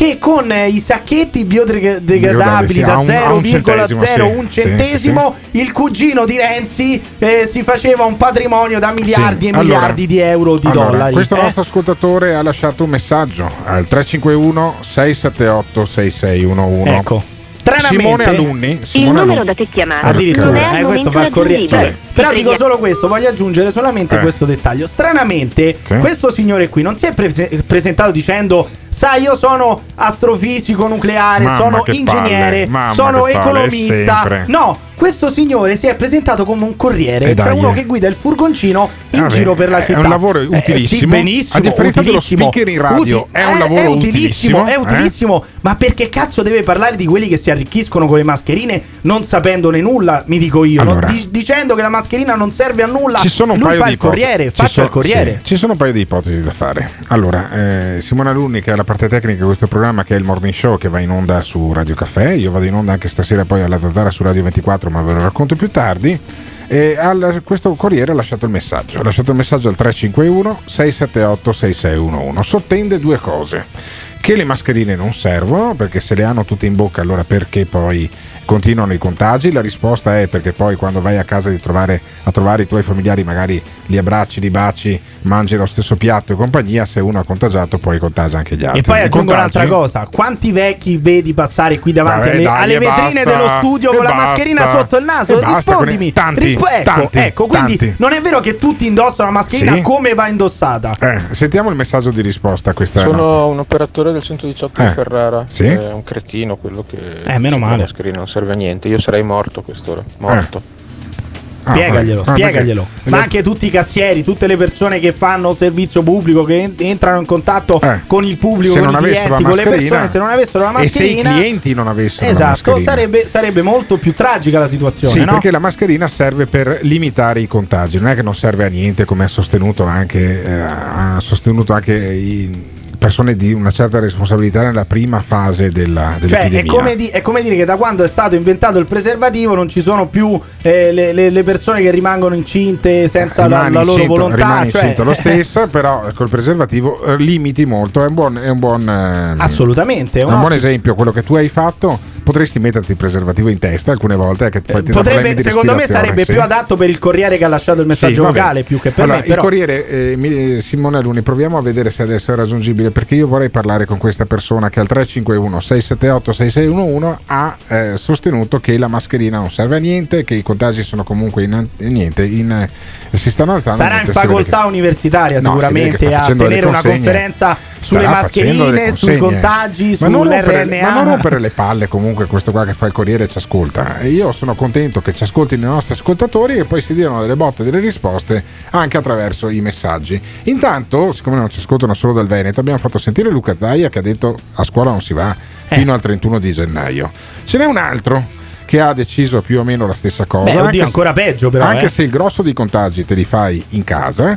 che con eh, i sacchetti biodegradabili sì, da a un- a zero un virgola centesimo, zero uno sì, sì, centesimo il cugino di Renzi eh, si faceva un patrimonio da miliardi Sì, e allora- miliardi di euro o di Allora, dollari. questo eh? nostro ascoltatore ha lasciato un messaggio al tre cinque uno sei sette otto sei sei uno uno. Ecco. Stranamente, Simone Alunni, Simone Il numero Alunni. da te chiamato addirittura non è al eh, questo momento fa il corriere. raggiungibile. Cioè, però Ti dico preghiamo- solo questo, voglio aggiungere solamente Eh. questo dettaglio. Stranamente, Sì. questo signore qui non si è pre- presentato dicendo: sai, io sono astrofisico nucleare, Mamma, sono che ingegnere, palle, mamma, sono che palle, economista. sempre. No, questo signore si è presentato come un corriere, E cioè dai, uno eh. che guida il furgoncino in Vabbè, giro per la è città. un lavoro Eh, utilissimo. sì, benissimo. A differenza dello utilissimo. speaker in radio, è un eh, lavoro è utilissimo, utilissimo, è eh? utilissimo. Ma perché cazzo deve parlare di quelli che si arricchiscono con le mascherine non sapendone nulla, mi dico io, Allora. no? Di- dicendo che la mascherina non serve a nulla. Ci sono un Lui paio fa di il corriere, ipotesi. faccia Ci sono- il corriere. sì, ci sono un paio di ipotesi da fare. Allora, eh, Simone Alunni, che è la parte tecnica di questo programma, che è il Morning Show, che va in onda su Radio Caffè. Io vado in onda anche stasera poi alla Zanzara su Radio ventiquattro, ma ve lo racconto più tardi. E al, questo corriere ha lasciato il messaggio. Ha lasciato il messaggio al tre cinque uno sei sette otto sei sei uno uno. Sottende due cose: che le mascherine non servono, perché se le hanno tutte in bocca, allora perché poi continuano i contagi? La risposta è perché poi quando vai a casa di trovare, a trovare i tuoi familiari, magari li abbracci, li baci, mangi lo stesso piatto e compagnia, se uno ha contagiato poi contagia anche gli altri. E poi I aggiungo contagi- un'altra cosa: quanti vecchi vedi passare qui davanti Vabbè, alle, dai, alle e vetrine basta, dello studio e con la basta, mascherina sotto il naso? e basta con Rispondimi. i- tanti, Rispo- ecco, tanti, ecco, quindi tanti. non è vero che tutti indossano la mascherina. Sì. Come va indossata? Eh, sentiamo il messaggio di risposta a questa Sono nostra- un operatore del centodiciotto Eh, di Ferrara. sì? È un cretino quello che Eh, meno dice che male. la mascherina non serve a niente. Io sarei morto a quest'ora. Morto. Spiegaglielo, Ah, spiegaglielo. perché- Ma anche tutti i cassieri, tutte le persone che fanno servizio pubblico, che en- entrano in contatto con il pubblico, se con non i avessero clienti, la con le mascherina, persone, se non avessero la e se i mascherina, clienti non avessero la esatto, mascherina. sarebbe, sarebbe molto più tragica la situazione, Sì, no? perché la mascherina serve per limitare i contagi, non è che non serve a niente, come ha sostenuto anche, eh, ha sostenuto anche i persone di una certa responsabilità nella prima fase della, Cioè, dell'epidemia. è come, di- è come dire che da quando è stato inventato il preservativo non ci sono più eh, le, le- le persone che rimangono incinte senza la, Rimani la loro incinto- volontà. rimani Cioè, incinto lo stesso, però col preservativo eh, limiti molto. È un buon, è un buon eh, assolutamente. è è un un buon ottimo- esempio quello che tu hai fatto. Potresti metterti il preservativo in testa alcune volte, eh, che poi ti dà problemi Potrebbe, di secondo me respirazione, sarebbe sì. più adatto per il Corriere che ha lasciato il messaggio Sì, vabbè. vocale più che per Allora, me. Però. il Corriere, eh, mi- Simone Alunni, proviamo a vedere se adesso è raggiungibile, perché io vorrei parlare con questa persona che al tre cinque uno sei sette otto sei sei uno uno ha eh, sostenuto che la mascherina non serve a niente, che i contagi sono comunque in, niente, in, eh, si stanno alzando. Sarà in mentre si vede facoltà che- universitaria No, si vede che sicuramente sta a facendo delle tenere una consegne. conferenza sulle Starà facendo delle mascherine, sui consegne. contagi, ma non, rompere, sull'R N A. ma non rompere le palle comunque questo qua che fa il Corriere e ci ascolta. E io sono contento che ci ascoltino i nostri ascoltatori e poi si diano delle botte, delle risposte anche attraverso i messaggi. Intanto, siccome non ci ascoltano solo dal Veneto, abbiamo fatto sentire Luca Zaia che ha detto a scuola non si va Eh. fino al trentuno di gennaio. Ce n'è un altro che ha deciso più o meno la stessa cosa. Beh, oddio, anche se- ancora peggio però, Anche eh. se il grosso dei contagi te li fai in casa,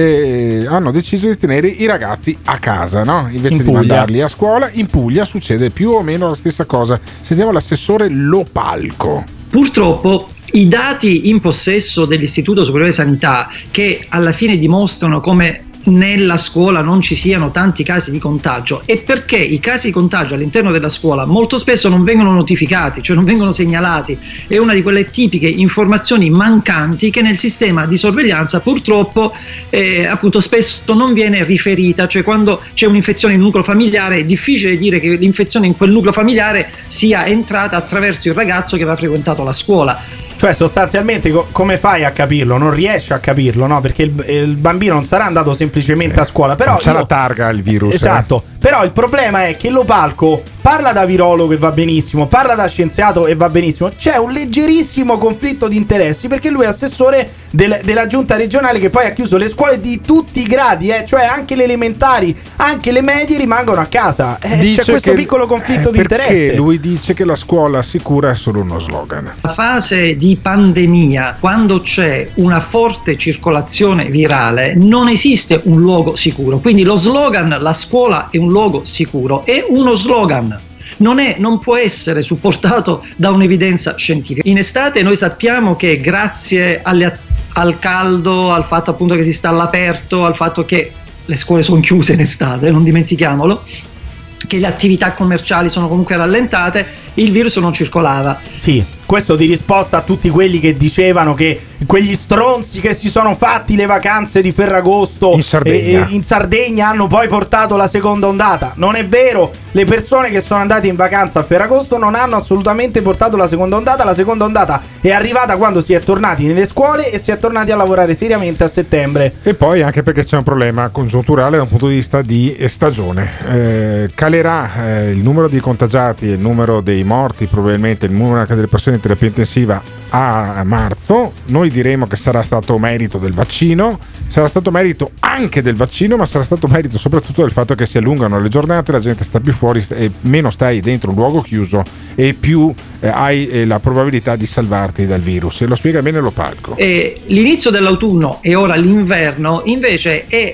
eh, hanno deciso di tenere i ragazzi a casa, no? Invece In di Puglia. mandarli a scuola. In Puglia succede più o meno la stessa cosa. Sentiamo l'assessore Lopalco. Purtroppo i dati in possesso dell'Istituto Superiore di Sanità, che alla fine dimostrano come nella scuola non ci siano tanti casi di contagio, è perché i casi di contagio all'interno della scuola molto spesso non vengono notificati, cioè non vengono segnalati. È una di quelle tipiche informazioni mancanti che nel sistema di sorveglianza purtroppo eh, appunto spesso non viene riferita. Cioè quando c'è un'infezione in nucleo familiare è difficile dire che l'infezione in quel nucleo familiare sia entrata attraverso il ragazzo che aveva frequentato la scuola. Cioè sostanzialmente co- come fai a capirlo? Non riesci a capirlo, no? Perché il, il bambino non sarà andato semplicemente a scuola, però non c'è io- la targa il virus. Esatto, però il problema è che Lopalco parla da virologo e va benissimo, parla da scienziato e va benissimo. C'è un leggerissimo conflitto di interessi perché lui è assessore del- della giunta regionale che poi ha chiuso le scuole di tutti i gradi, eh? Cioè anche le elementari, anche le medie rimangono a casa. Eh, Dice c'è questo che- piccolo conflitto eh, di perché interesse. lui dice che la scuola sicura è solo uno slogan. La fase di pandemia, quando c'è una forte circolazione virale, non esiste un luogo sicuro. Quindi lo slogan "la scuola è un luogo sicuro" è uno slogan. Non, è, non può essere supportato da un'evidenza scientifica. In estate noi sappiamo che grazie alle, al caldo, al fatto appunto che si sta all'aperto, al fatto che le scuole sono chiuse in estate, non dimentichiamolo, che le attività commerciali sono comunque rallentate, il virus non circolava. Sì, questo di risposta a tutti quelli che dicevano che quegli stronzi che si sono fatti le vacanze di Ferragosto in Sardegna, e, e in Sardegna hanno poi portato la seconda ondata. Non è vero, le persone che sono andate in vacanza a Ferragosto non hanno assolutamente portato la seconda ondata. La seconda ondata è arrivata quando si è tornati nelle scuole e si è tornati a lavorare seriamente a settembre. E poi anche perché c'è un problema congiunturale da un punto di vista di stagione. Eh, calerà eh, il numero di contagiati e il numero dei morti, probabilmente il numero anche delle persone in terapia intensiva a marzo. Noi diremo che sarà stato merito del vaccino, sarà stato merito anche del vaccino, ma sarà stato merito soprattutto del fatto che si allungano le giornate, la gente sta più fuori e meno stai dentro un luogo chiuso e più eh, hai eh, la probabilità di salvarti dal virus. E lo spiega bene Lo Palco. E l'inizio dell'autunno e ora l'inverno invece è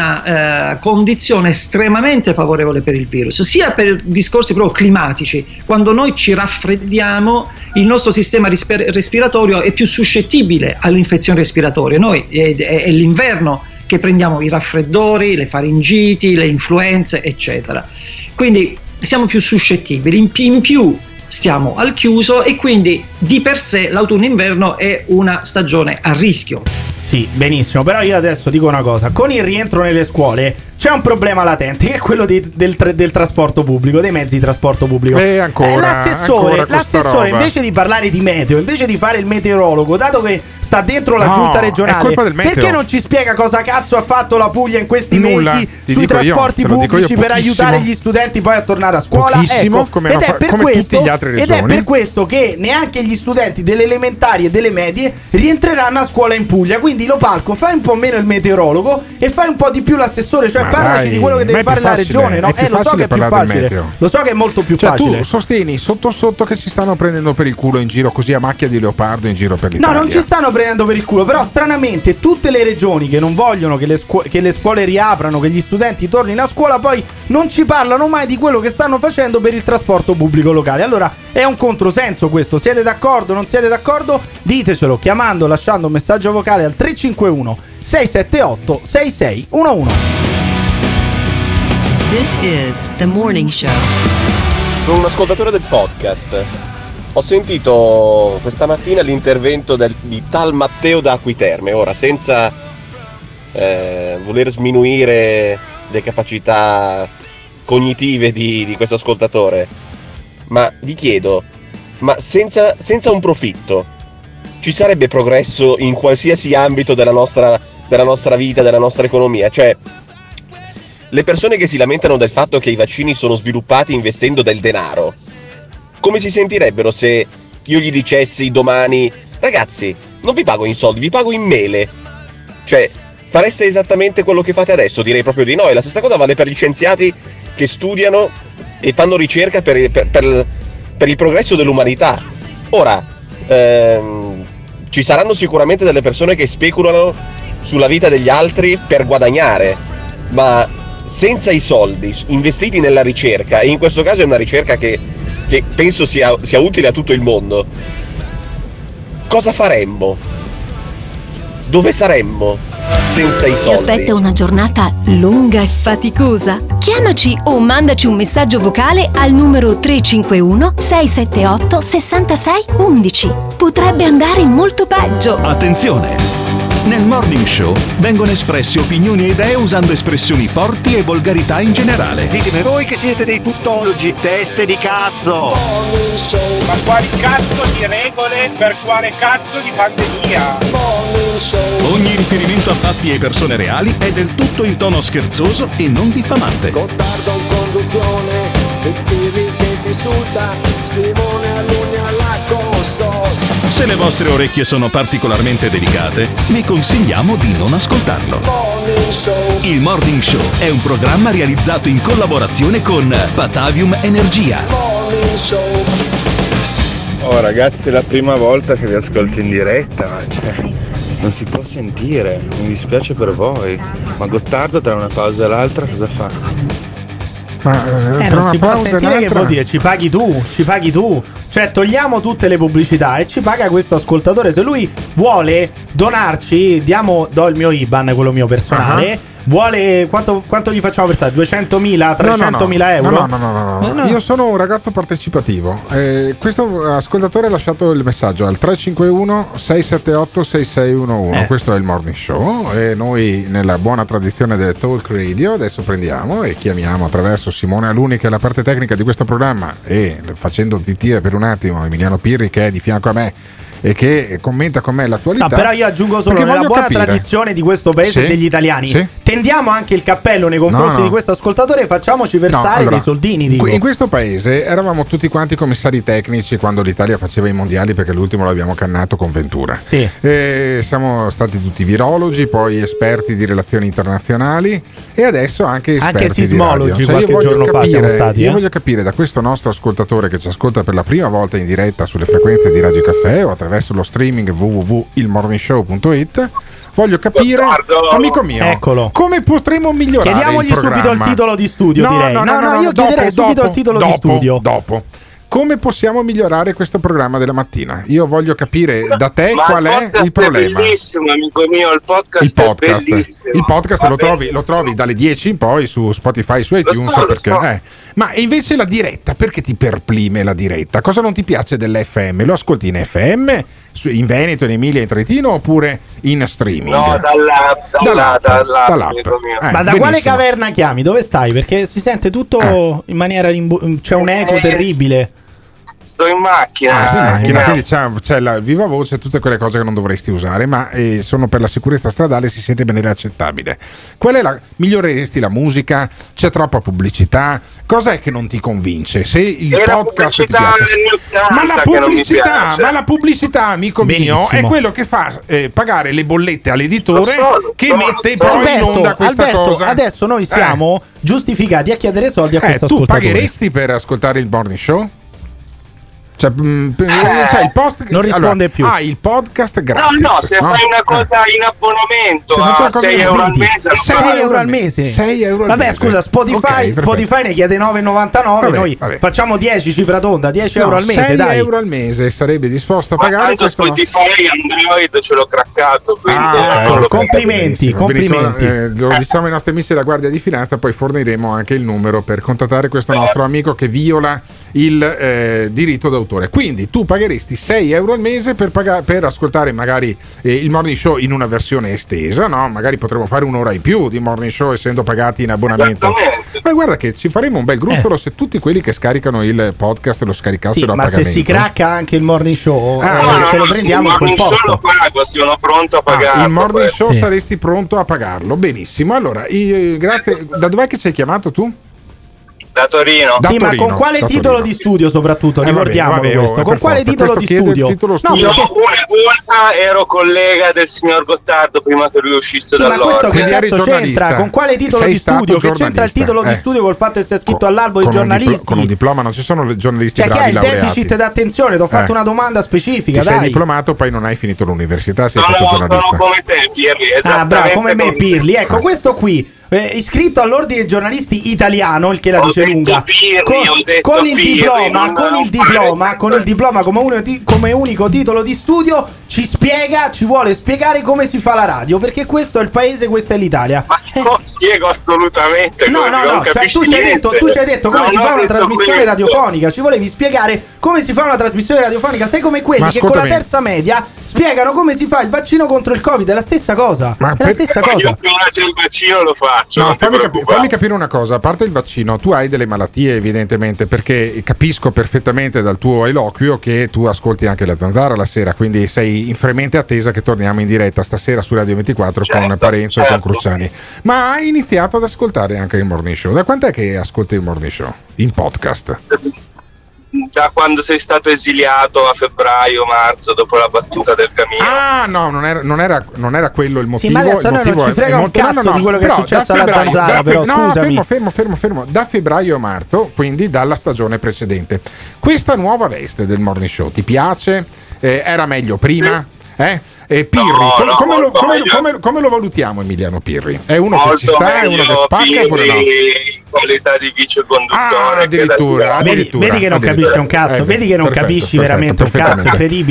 una eh, condizione estremamente favorevole per il virus, sia per discorsi proprio climatici. Quando noi ci raffreddiamo, il nostro sistema risper- respiratorio è più suscettibile alle infezioni respiratorie. Noi è, è, è l'inverno che prendiamo i raffreddori, le faringiti, le influenze, eccetera. Quindi siamo più suscettibili. In, in più stiamo al chiuso e quindi di per sé l'autunno-inverno è una stagione a rischio. Sì, benissimo, però io adesso dico una cosa: con il rientro nelle scuole c'è un problema latente, che è quello di, del, tra, del trasporto pubblico, dei mezzi di trasporto pubblico. E ancora, eh, l'assessore, ancora l'assessore invece di parlare di meteo, invece di fare il meteorologo, dato che sta dentro la no, giunta regionale, è colpa del meteo. Perché non ci spiega cosa cazzo ha fatto la Puglia in questi Nulla, mesi ti sui dico trasporti io, te lo dico pubblici io, per aiutare gli studenti poi a tornare a scuola? Pochissimo, Ecco, come ed, no, è per come questo, tutte le altre ed è regioni. per questo che neanche gli studenti delle elementari e delle medie rientreranno a scuola in Puglia. Quindi Lo Palco, fai un po' meno il meteorologo e fai un po' di più l'assessore, cioè Ma parlaci dai, di quello che ma deve è più fare la facile, regione, no? è più Eh, lo so facile che è più parlare del facile. meteo. Lo so che è molto più cioè, facile. tu sostieni sotto sotto che si stanno prendendo per il culo in giro così a macchia di leopardo in giro per l'Italia. No, non ci stanno prendendo per il culo, però stranamente tutte le regioni che non vogliono che le, scu- che le scuole riaprano, che gli studenti tornino a scuola, poi non ci parlano mai di quello che stanno facendo per il trasporto pubblico locale. Allora è un controsenso questo. Siete d'accordo? Non siete d'accordo? Ditecelo chiamando, lasciando un messaggio vocale al tre cinque uno sei sette otto sei sei uno uno. This is The Morning Show. Sono un ascoltatore del podcast. Ho sentito questa mattina l'intervento del, di tal Matteo da Acquiterme. Ora, senza eh, voler sminuire le capacità cognitive di, di questo ascoltatore, ma gli chiedo, ma senza, senza un profitto ci sarebbe progresso in qualsiasi ambito della nostra, della nostra vita, della nostra economia? Cioè, le persone che si lamentano del fatto che i vaccini sono sviluppati investendo del denaro, come si sentirebbero se io gli dicessi domani: ragazzi, non vi pago in soldi, vi pago in mele? Cioè, fareste esattamente quello che fate adesso? Direi proprio di no. E la stessa cosa vale per gli scienziati che studiano e fanno ricerca per, per, per, per il progresso dell'umanità. Ora, ehm, ci saranno sicuramente delle persone che speculano sulla vita degli altri per guadagnare, ma senza i soldi investiti nella ricerca, e in questo caso è una ricerca che, che penso sia, sia utile a tutto il mondo, cosa faremmo? Dove saremmo senza i soldi? Ti aspetta una giornata lunga e faticosa? Chiamaci o mandaci un messaggio vocale al numero tre cinque uno sei sette otto sei sei uno uno. Potrebbe andare molto peggio. Attenzione! Nel Morning Show vengono espresse opinioni e idee usando espressioni forti e volgarità in generale. Ditemi voi che siete dei tuttologi, teste di cazzo! Ma quali cazzo di regole per quale cazzo di pandemia? Ogni riferimento a fatti e persone reali è del tutto in tono scherzoso e non diffamante. Gottardo in conduzione, il Pirri che ti insulta, Simone Alunni alla console. Se le vostre orecchie sono particolarmente delicate, vi consigliamo di non ascoltarlo. Il Morning Show è un programma realizzato in collaborazione con Batavium Energia. Oh ragazzi, è la prima volta che vi ascolto in diretta, cioè, non si può sentire, mi dispiace per voi. Ma Gottardo tra una pausa e l'altra cosa fa? Ma eh, non si può sentire, che vuol dire? Ci paghi tu, ci paghi tu. Cioè togliamo tutte le pubblicità e ci paga questo ascoltatore. Se lui vuole donarci, diamo, do il mio I B A N, quello mio personale, uh-huh. vuole quanto, quanto gli facciamo versare? duecentomila, trecentomila euro? No, no, no, no, no, no. Io sono un ragazzo partecipativo. Eh, questo ascoltatore ha lasciato il messaggio al tre cinque uno sei sette otto sei sei uno uno. Eh. Questo è il Morning Show e noi, nella buona tradizione del Talk Radio, adesso prendiamo e chiamiamo attraverso Simone Aluni, che è la parte tecnica di questo programma, e facendo zittire per un attimo Emiliano Pirri, che è di fianco a me e che commenta con me l'attualità. No, però io aggiungo solo, nella buona capire. tradizione di questo paese, sì, degli italiani, sì, tendiamo anche il cappello nei confronti no, no. di questo ascoltatore e facciamoci versare no, allora, dei soldini, dico. In questo paese eravamo tutti quanti commissari tecnici quando l'Italia faceva i mondiali, perché l'ultimo l'abbiamo cannato con Ventura. Sì. E siamo stati tutti virologi, poi esperti di relazioni internazionali e adesso anche esperti anche sismologi di radio. Cioè, qualche giorno capire, fa siamo stati. Io eh? voglio capire da questo nostro ascoltatore che ci ascolta per la prima volta in diretta sulle frequenze di Radio Caffè o attraverso lo streaming w w w punto il morning show punto it, voglio capire, Gottardo. amico mio, Eccolo. come potremo migliorare Chiediamogli il programma. subito il titolo di studio, no, direi. No, no, no, no, no, no io dopo, chiederei subito dopo, il titolo dopo, di studio. Dopo. Come possiamo migliorare questo programma della mattina? Io voglio capire da te Ma qual è il problema. È bellissimo, amico mio, il podcast, il podcast, è bellissimo. Il podcast lo trovi, lo trovi dalle dieci in poi su Spotify, su iTunes, so, perché so. eh. Ma invece la diretta, perché ti perplime la diretta? Cosa non ti piace dell'F M? Lo ascolti in F M, in Veneto, in Emilia, in Trentino, oppure in streaming? No, dall'app, dall'app, dall'app, dall'app. Eh, Ma da benissimo. Quale caverna chiami? Dove stai? Perché si sente tutto eh. in maniera rimbu- c'è un eco eh. terribile. Sto in macchina, ah, sì, in macchina, eh. quindi c'è, c'è la viva voce, tutte quelle cose che non dovresti usare, ma eh, sono per la sicurezza stradale, si sente bene accettabile. Qual è la miglioreresti la musica? C'è troppa pubblicità? Cos'è che non ti convince? Se il e podcast ti piace, ma la pubblicità, ma la pubblicità, amico Benissimo. mio, è quello che fa eh, pagare le bollette all'editore so, che so, mette so. poi Alberto, in onda questa Alberto, cosa. Adesso noi siamo eh. giustificati a chiedere soldi a eh, questo tu ascoltatore. Tu pagheresti per ascoltare il Morning Show? Cioè, mh, eh, cioè il post non risponde allora, più. Ah, il podcast gratis. No, no, se no? fai una cosa in abbonamento a sei euro al mese, sei euro al mese. sei euro al Vabbè, mese. scusa, Spotify, Okay, Spotify ne chiede nove e novantanove, vabbè, noi vabbè. facciamo dieci cifra tonda, dieci no, euro al mese, sei dai. euro al mese sarebbe disposto a pagare. Ma questo Spotify no. Android ce l'ho craccato, quindi ah, ecco, complimenti, complimenti. Eh, lo diciamo ai nostri amici della Guardia di Finanza, poi forniremo anche il numero per contattare questo nostro amico che viola il eh, diritto d'autore. Quindi tu pagheresti sei euro al mese per, pagare, per ascoltare magari eh, il Morning Show in una versione estesa, no? Magari potremmo fare un'ora in più di Morning Show essendo pagati in abbonamento. Ma guarda che ci faremo un bel gruffolo eh. se tutti quelli che scaricano il podcast lo scaricassero sì, a ma pagamento. se si cracca anche il Morning Show ah, eh, no, no, ce no, lo prendiamo in quel posto. Il Morning Show lo pago, sono pronto a pagarlo. Ah, il Morning Show sì. saresti pronto a pagarlo, benissimo. Allora, io, grazie. Da dov'è che ci hai chiamato tu? Da Torino. Da sì, Torino, ma con quale titolo Torino. di studio soprattutto? Eh, Ricordiamolo vabbè, questo. vabbè, con quale forza. titolo questo di studio? Titolo no, io una volta ero collega del signor Gottardo prima che lui uscisse sì, dall'Ordine. Ma questo che cazzo c'entra? Con quale titolo Sei di studio? Che c'entra il titolo eh. di studio col fatto che sia scritto con, all'albo di giornalisti? Diplo- con un diploma non ci sono giornalisti cioè, bravi laureati. Cioè, che hai il deficit d'attenzione? Ti ho fatto eh. una domanda specifica, Ti dai. sei diplomato, poi non hai finito l'università, sei no, fatto no, giornalista. Sono come te, Pirri, ah, bravo, come me, Pirli. Ecco, questo qui Eh, iscritto all'ordine dei giornalisti italiano, il che la ho dice lunga. Pirri, con, con il Pirri, diploma, con il diploma, con il diploma come, uno, come unico titolo di studio, ci spiega, ci vuole spiegare come si fa la radio, perché questo è il paese, questa è l'Italia. Ma non spiego assolutamente. No, no, no, cioè, tu, ci hai detto, tu ci hai detto come no, si fa una trasmissione questo. radiofonica, ci volevi spiegare come si fa una trasmissione radiofonica, sei come quelli Ma che con la terza media spiegano come si fa il vaccino contro il Covid, è la stessa cosa. Ma è per... la stessa Ma cosa. Io prima c'è il vaccino lo faccio. No, fammi, capi- fammi capire una cosa, a parte il vaccino, tu hai delle malattie evidentemente, perché capisco perfettamente dal tuo eloquio che tu ascolti anche la Zanzara la sera, quindi sei in fremente attesa che torniamo in diretta stasera su Radio ventiquattro certo, con Parenzo certo. e con Cruciani. Ma hai iniziato ad ascoltare anche il Morning Show. Da quant'è che ascolti il Morning Show? In podcast? Da quando sei stato esiliato a febbraio, marzo, dopo la battuta del camino. Ah, no, non era, non era, non era quello il motivo. Sì, ma adesso il noi motivo non ci frega un cazzo no, no, no, di quello che è successo alla Zanzara, però fe- scusami. No, fermo, fermo, fermo, fermo. Da febbraio a marzo, quindi dalla stagione precedente. Questa nuova veste del Morning Show ti piace? Eh, era meglio prima? Eh? E Pirri, no, come, no, come, lo, come, come, come lo valutiamo Emiliano Pirri? È uno molto che ci sta, è uno che spacca Pirri, oppure no? In qualità di vice conduttore. Ah, addirittura, vedi, vedi che non capisci un cazzo, eh, vedi che non perfetto, capisci perfetto, veramente un cazzo, incredibile.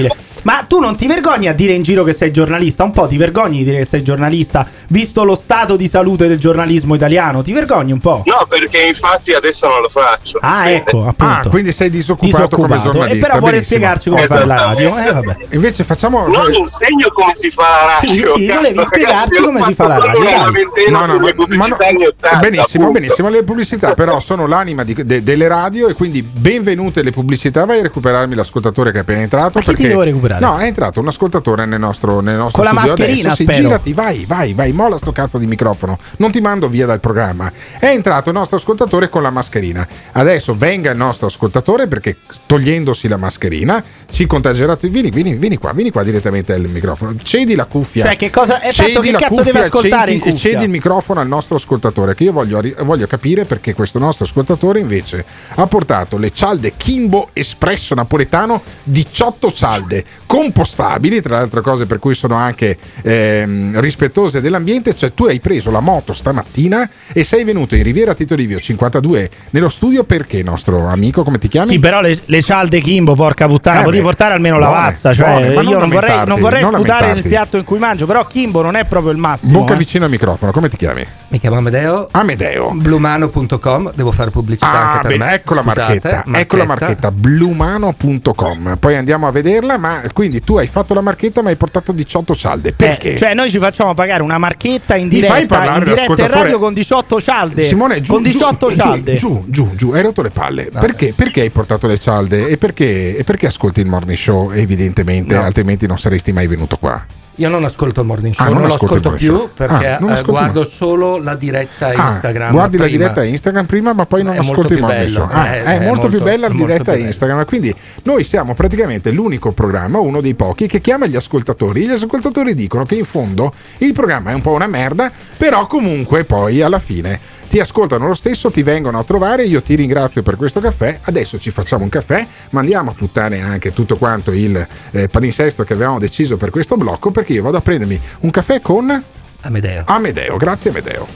Ma tu non ti vergogni a dire in giro che sei giornalista? Un po' ti vergogni di dire che sei giornalista, visto lo stato di salute del giornalismo italiano? Ti vergogni un po'? No, perché infatti adesso non lo faccio. Ah, ecco, appunto. Ah, quindi sei disoccupato, Disoccupato. come giornalista. E però vuole Benissimo. spiegarci come fare la radio. Eh, vabbè. Invece facciamo. Non insegno come si fa la radio. Sì, sì, cazzo, volevi spiegarci ragazzi, come ho si fa la fatto radio, solo una dai. lamentela No, no, sulle ma- pubblicità ma no, anni ottanta, benissimo, appunto. benissimo. Le pubblicità però sono l'anima di- de- delle radio, e quindi benvenute le pubblicità. Vai a recuperarmi l'ascoltatore che è appena entrato. Ma chi ti perché devo recuperare? No, è entrato un ascoltatore nel nostro, nel nostro Con la studio mascherina, adesso. Sì, spero. girati, vai, vai, vai, molla sto cazzo di microfono. Non ti mando via dal programma. È entrato il nostro ascoltatore con la mascherina. Adesso venga il nostro ascoltatore, perché togliendosi la mascherina ci contagierà. Vieni, vieni, vieni qua, vieni qua direttamente al microfono. Cedi la cuffia. Cioè, che cosa- esatto, Cedi che la cazzo deve cuffia, ascoltare in cedi- cuffia? Cedi il microfono al nostro ascoltatore, che io voglio, ri- voglio capire perché questo nostro ascoltatore invece ha portato le cialde Kimbo Espresso Napoletano, diciotto cialde compostabili, tra le altre cose per cui sono anche ehm, rispettose dell'ambiente. Cioè, tu hai preso la moto stamattina e sei venuto in Riviera Tito Livio cinquantadue nello studio perché, nostro amico, come ti chiami? Sì, però le, le cialde Kimbo, porca puttana, Eh, potevi beh, portare almeno la buone, vazza. Cioè, buone, ma non io non vorrei, non lamentarti, vorrei non sputare nel lamentarti. piatto in cui mangio, però Kimbo non è proprio il massimo. Bocca eh. vicino al microfono, come ti chiami? Mi chiamo Amedeo. Amedeo. Blumano punto com, devo fare pubblicità Ah, anche per bene, me. ecco la Scusate, marchetta, ecco la marchetta blumano punto com. Poi andiamo a vederla, ma quindi tu hai fatto la marchetta ma hai portato diciotto cialde. Perché? Eh, cioè, noi ci facciamo pagare una marchetta in Mi fai diretta, parlare in diretta in l'ascoltatore? radio con diciotto cialde. Simone, giù, con diciotto giù, cialde. Giù, giù, giù, giù, hai rotto le palle. Perché? Perché hai portato le cialde? E perché, e perché ascolti il morning show? Evidentemente, No. altrimenti non saresti mai venuto qua. Io non ascolto il morning show, Ah, non non, lo ascolti il ascolto morning più show. perché Ah, non eh, ascolti guardo mai. solo la diretta Ah, Instagram. guardi la prima. diretta Instagram prima, ma poi non È molto ascolti il più morning bello. show. Ah, Eh, è, è molto, più molto- bella la molto diretta più bello. Instagram. Quindi noi siamo praticamente l'unico programma, uno dei pochi, che chiama gli ascoltatori. Gli ascoltatori dicono che in fondo il programma è un po' una merda, però comunque poi alla fine ti ascoltano lo stesso, ti vengono a trovare. Io ti ringrazio per questo caffè. Adesso ci facciamo un caffè, mandiamo a puttane anche tutto quanto il eh, palinsesto che avevamo deciso per questo blocco, perché io vado a prendermi un caffè con Amedeo. Amedeo. Grazie Amedeo.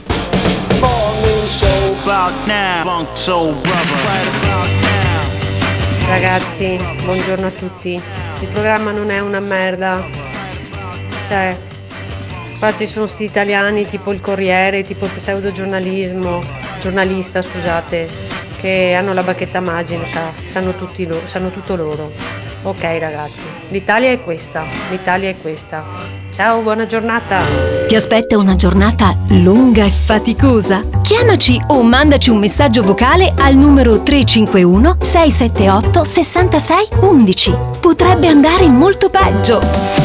Ragazzi, buongiorno a tutti. Il programma non è una merda. Cioè, qua ci sono sti italiani tipo il Corriere, tipo il pseudogiornalismo, giornalista, scusate, che hanno la bacchetta magica, sanno tutti loro, sanno tutto loro. Ok ragazzi, l'Italia è questa, l'Italia è questa. Ciao, buona giornata. Ti aspetta una giornata lunga e faticosa? Chiamaci o mandaci un messaggio vocale al numero tre cinque uno sei sette otto sei sei uno uno. Potrebbe andare molto peggio.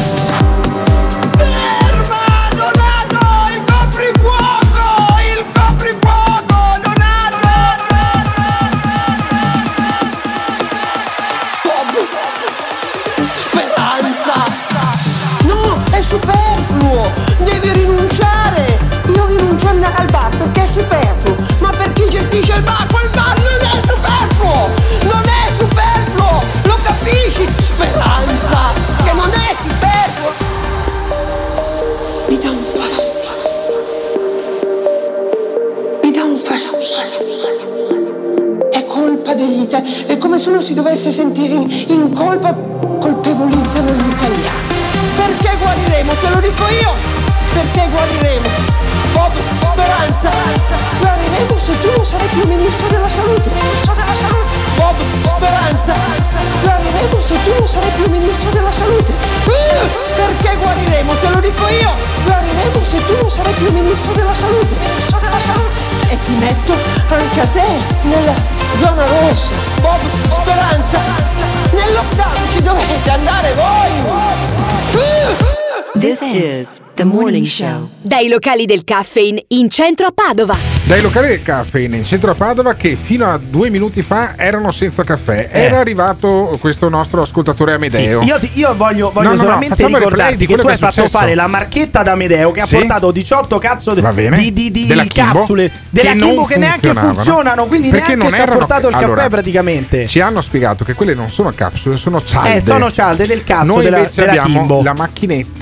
È superfluo, devi rinunciare. Io rinuncio a andare al bar perché è superfluo. Ma per chi gestisce il bar, quel bar non è superfluo. Non è superfluo, lo capisci? Speranza, che non è superfluo. Mi dà un fastidio. Mi dà un fastidio. È colpa degli italiani. È come se uno si dovesse sentire in, in colpa, colpevolizzano gli italiani. Perché guariremo? Te lo dico io! Perché guariremo? Bob, Speranza! Guariremo se tu non sarai più ministro della salute! Ministro della salute! Bob, Speranza! Guariremo se tu non sarai più ministro della salute! Uh, perché guariremo? Te lo dico io! Guariremo se tu non sarai più ministro della salute! Ministro della salute! E ti metto anche a te nella zona rossa! Bob, Speranza! Nel lockdown ci dovete andare voi! This is the morning show. Dai locali del Caffeine in centro a Padova. Dai locali del caffè in centro a Padova, che fino a due minuti fa erano senza caffè. Eh. Era arrivato questo nostro ascoltatore Amedeo. Sì, io, ti- io voglio, voglio No, no, no, solamente facciamo il replay ricordarti di che quello tu che hai è fatto successo. fare la marchetta ad Amedeo che Sì. ha portato diciotto cazzo Va bene. di, di, di Della Kimbo, capsule della che Kimbo non che neanche funzionavano. funzionano, quindi Perché neanche non ci ha erano- portato il allora, caffè praticamente. Ci hanno spiegato che quelle non sono capsule, sono cialde. Eh, sono cialde del cazzo Noi della, invece della abbiamo Kimbo. la macchinetta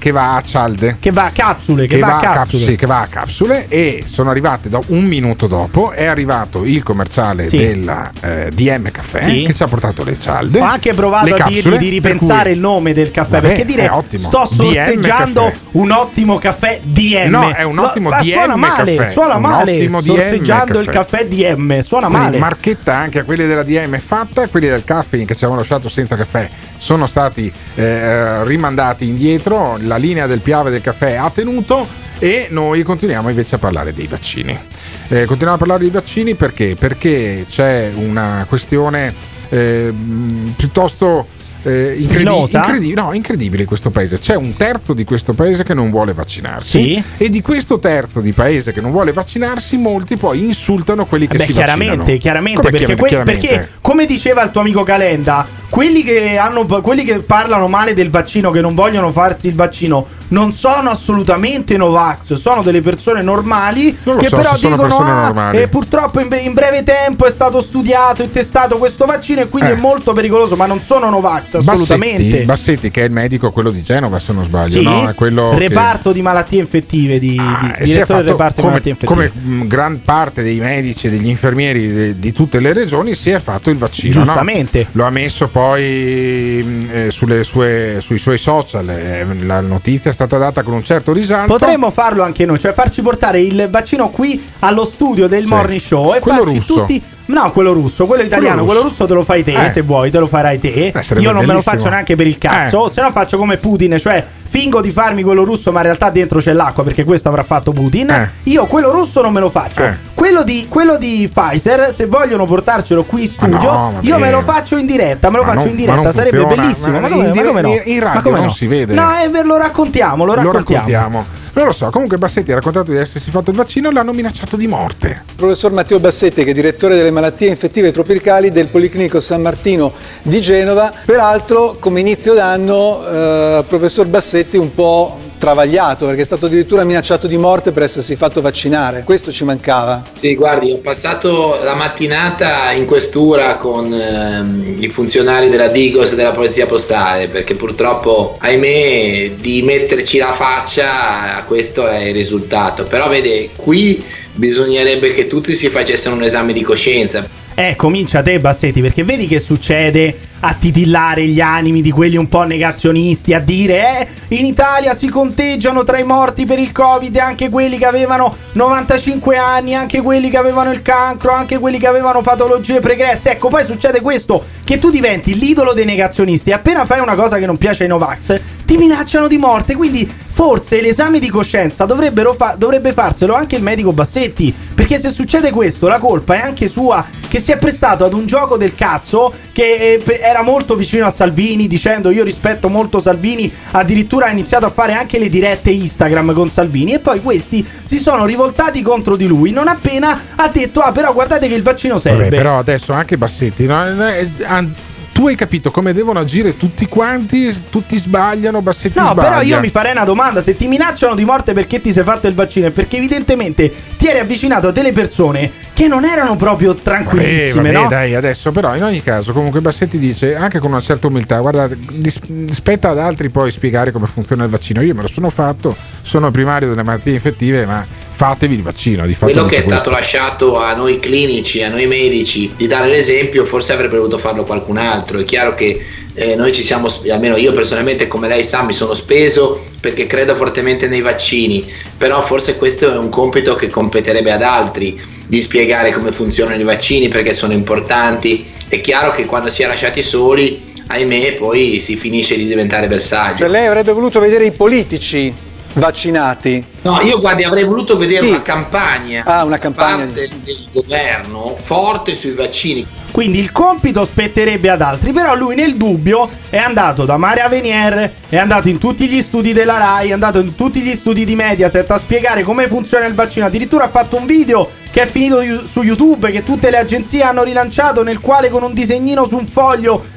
che va a cialde, che va a capsule, che, che va, va a capsule. Cap- sì, che va a capsule, e sono arrivate da un minuto dopo è arrivato il commerciale sì. della eh, D M Caffè sì. che ci ha portato le cialde. Ho anche provato le a capsule, dirgli di ripensare cui, il nome del caffè, vabbè, perché dire sto sorseggiando un ottimo caffè D M. No, è un ottimo no, D M suona male, caffè. suona un male. Ottimo sorseggiando il caffè D M, suona Quindi male. Marchetta anche a quelli della D M è fatta, quelli del caffè che ci avevano lasciato senza caffè sono stati eh, rimandati indietro, la linea del Piave del caffè ha tenuto e noi continuiamo invece a parlare dei vaccini. Eh, continuiamo a parlare dei vaccini perché? Perché c'è una questione eh, piuttosto Eh, incredi- incredi- no, incredibile in questo paese. C'è un terzo di questo paese che non vuole vaccinarsi, sì. e di questo terzo di paese che non vuole vaccinarsi molti poi insultano quelli che Beh, si chiaramente, vaccinano. chiaramente, Come perché, chiaramente? que- perché come diceva il tuo amico Calenda, quelli che hanno quelli che parlano male del vaccino, che non vogliono farsi il vaccino, non sono assolutamente Novax, sono delle persone normali Non lo che so però se sono dicono persone ah, normali. e purtroppo in, in breve tempo è stato studiato e testato questo vaccino e quindi Eh. è molto pericoloso, ma non sono Novax assolutamente. Bassetti, Bassetti, che è il medico, quello di Genova se non sbaglio, Sì, no? È quello reparto che... di malattie infettive di, Ah, di e si è direttore del fatto reparto di come, malattie infettive. come mh, gran parte dei medici e degli infermieri de, di tutte le regioni si è fatto il vaccino, Giustamente. no? Lo ha messo poi mh, eh, sulle sue, sui suoi social, eh, la notizia è stata data con un certo risalto. Potremmo farlo anche noi, cioè farci portare il vaccino qui allo studio del Sì. Morning Show e Quello farci russo. tutti. No, quello russo, quello italiano, quello russo, quello te lo fai te, Eh. se vuoi, te lo farai te. Eh, sarebbe Io non me lo bellissimo. faccio neanche per il cazzo, Eh. se no faccio come Putin, cioè fingo di farmi quello russo, ma in realtà dentro c'è l'acqua, perché questo avrà fatto Putin. Eh. Io quello russo non me lo faccio. Eh. Quello di, quello di Pfizer, se vogliono portarcelo qui in studio, no, vabbè. io me lo faccio in diretta, me lo Ma faccio non- in ma diretta, non sarebbe funziona. bellissimo. Ma Ma come, in ma come no? dire- in radio Ma come non no? si vede. No, e ve lo raccontiamo, lo Lo raccontiamo. raccontiamo. Non lo so, comunque Bassetti ha raccontato di essersi fatto il vaccino e l'hanno minacciato di morte. Il professor Matteo Bassetti, che è direttore delle malattie infettive tropicali del Policlinico San Martino di Genova. Peraltro, come inizio d'anno, eh, professor Bassetti un po' travagliato, perché è stato addirittura minacciato di morte per essersi fatto vaccinare. Questo ci mancava. Sì, guardi, ho passato la mattinata in questura con ehm, i funzionari della Digos e della Polizia Postale, perché purtroppo, ahimè, di metterci la faccia, questo è il risultato. Però vede, qui bisognerebbe che tutti si facessero un esame di coscienza. Eh, comincia te, Bassetti, perché vedi che succede a titillare gli animi di quelli un po' negazionisti, a dire eh, in Italia si conteggiano tra i morti per il Covid anche quelli che avevano novantacinque anni, anche quelli che avevano il cancro, anche quelli che avevano patologie pregresse. Ecco, poi succede questo, che tu diventi l'idolo dei negazionisti e appena fai una cosa che non piace ai Novax ti minacciano di morte. Quindi forse l'esame di coscienza dovrebbero fa- dovrebbe farselo anche il medico Bassetti, perché se succede questo la colpa è anche sua, che si è prestato ad un gioco del cazzo che eh, era molto vicino a Salvini, dicendo io rispetto molto Salvini, addirittura ha iniziato a fare anche le dirette Instagram con Salvini, e poi questi si sono rivoltati contro di lui non appena ha detto ah però guardate che il vaccino serve. Vabbè, però adesso anche Bassetti, no? Eh, eh, tu hai capito come devono agire tutti quanti, tutti sbagliano, Bassetti No, sbaglia. però io mi farei una domanda: se ti minacciano di morte perché ti sei fatto il vaccino, è perché evidentemente ti eri avvicinato a delle persone che non erano proprio tranquillissime, vabbè, vabbè, no? dai, adesso però in ogni caso comunque Bassetti dice anche con una certa umiltà: guardate, dis- spetta ad altri poi spiegare come funziona il vaccino. Io me lo sono fatto, sono il primario delle malattie infettive, ma fatevi il vaccino. Di fatto Quello che è dice stato questo. lasciato a noi clinici, a noi medici, di dare l'esempio, forse avrebbe dovuto farlo qualcun altro. È chiaro che eh, noi ci siamo, almeno io personalmente, come lei sa, mi sono speso perché credo fortemente nei vaccini, però forse questo è un compito che competerebbe ad altri, di spiegare come funzionano i vaccini, perché sono importanti. È chiaro che quando si è lasciati soli, ahimè, poi si finisce di diventare bersaglio. Cioè lei avrebbe voluto vedere i politici vaccinati? No, io guardi, avrei voluto vedere Sì. una campagna, Ah, una campagna da parte del governo forte sui vaccini. Quindi il compito spetterebbe ad altri, però lui nel dubbio è andato da Maria Venier, è andato in tutti gli studi della Rai, è andato in tutti gli studi di Mediaset a spiegare come funziona il vaccino. Addirittura ha fatto un video che è finito su YouTube, che tutte le agenzie hanno rilanciato, nel quale con un disegnino su un foglio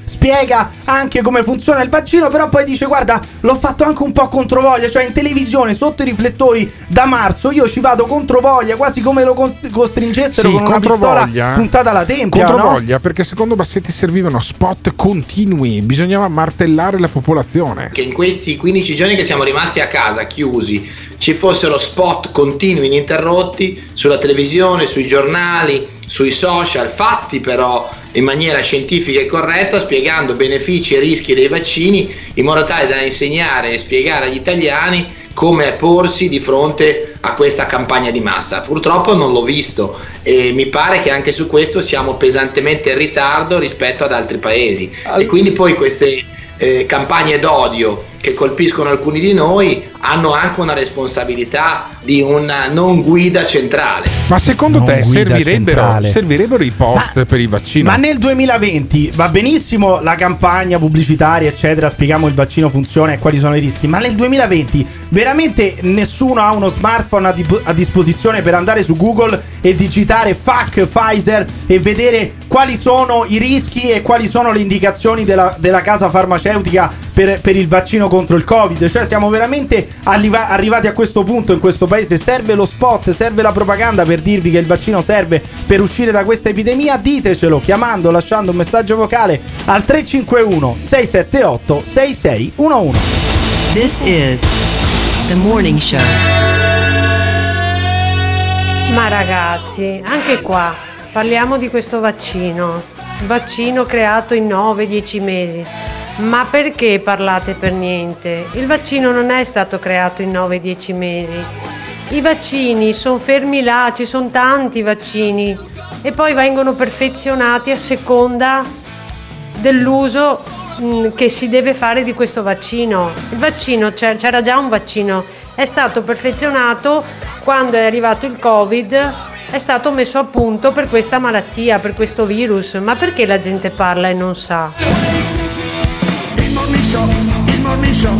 spiega anche come funziona il vaccino, però poi dice guarda, l'ho fatto anche un po' controvoglia, cioè in televisione sotto i riflettori da marzo io ci vado controvoglia, quasi come lo costringessero sì, con una pistola puntata alla tempia. Controvoglia, no? Perché secondo Bassetti servivano spot continui, bisognava martellare la popolazione. Che in questi quindici giorni che siamo rimasti a casa chiusi ci fossero spot continui ininterrotti sulla televisione, sui giornali, sui social, fatti però in maniera scientifica e corretta, spiegando benefici e rischi dei vaccini, in modo tale da insegnare e spiegare agli italiani come porsi di fronte a questa campagna di massa. Purtroppo non l'ho visto e mi pare che anche su questo siamo pesantemente in ritardo rispetto ad altri paesi. E quindi poi queste eh, campagne d'odio che colpiscono alcuni di noi hanno anche una responsabilità di una non guida centrale. Ma secondo non te servirebbero, servirebbero i post ma, per il vaccino? Ma nel duemilaventi va benissimo la campagna pubblicitaria eccetera, spieghiamo il vaccino funziona e quali sono i rischi, ma nel duemilaventi veramente nessuno ha uno smartphone a, di- a disposizione per andare su Google e digitare F A C Pfizer e vedere quali sono i rischi e quali sono le indicazioni della, della casa farmaceutica per, per il vaccino contro il Covid. Cioè siamo veramente arriva- arrivati a questo punto in questo paese. Serve lo spot, serve la propaganda per dirvi che il vaccino serve per uscire da questa epidemia. Ditecelo chiamando, lasciando un messaggio vocale al tre cinque uno sei sette otto sei sei uno uno. This is The Morning Show. Ma ragazzi, anche qua parliamo di questo vaccino, vaccino creato in nove dieci mesi. Ma perché parlate per niente? Il vaccino non è stato creato in nove dieci mesi. I vaccini sono fermi là, ci sono tanti vaccini e poi vengono perfezionati a seconda dell'uso mh, che si deve fare di questo vaccino. Il vaccino, c'era, c'era già un vaccino, è stato perfezionato quando è arrivato il Covid, è stato messo a punto per questa malattia, per questo virus. Ma perché la gente parla e non sa? Il Morning Show, il Morning Show,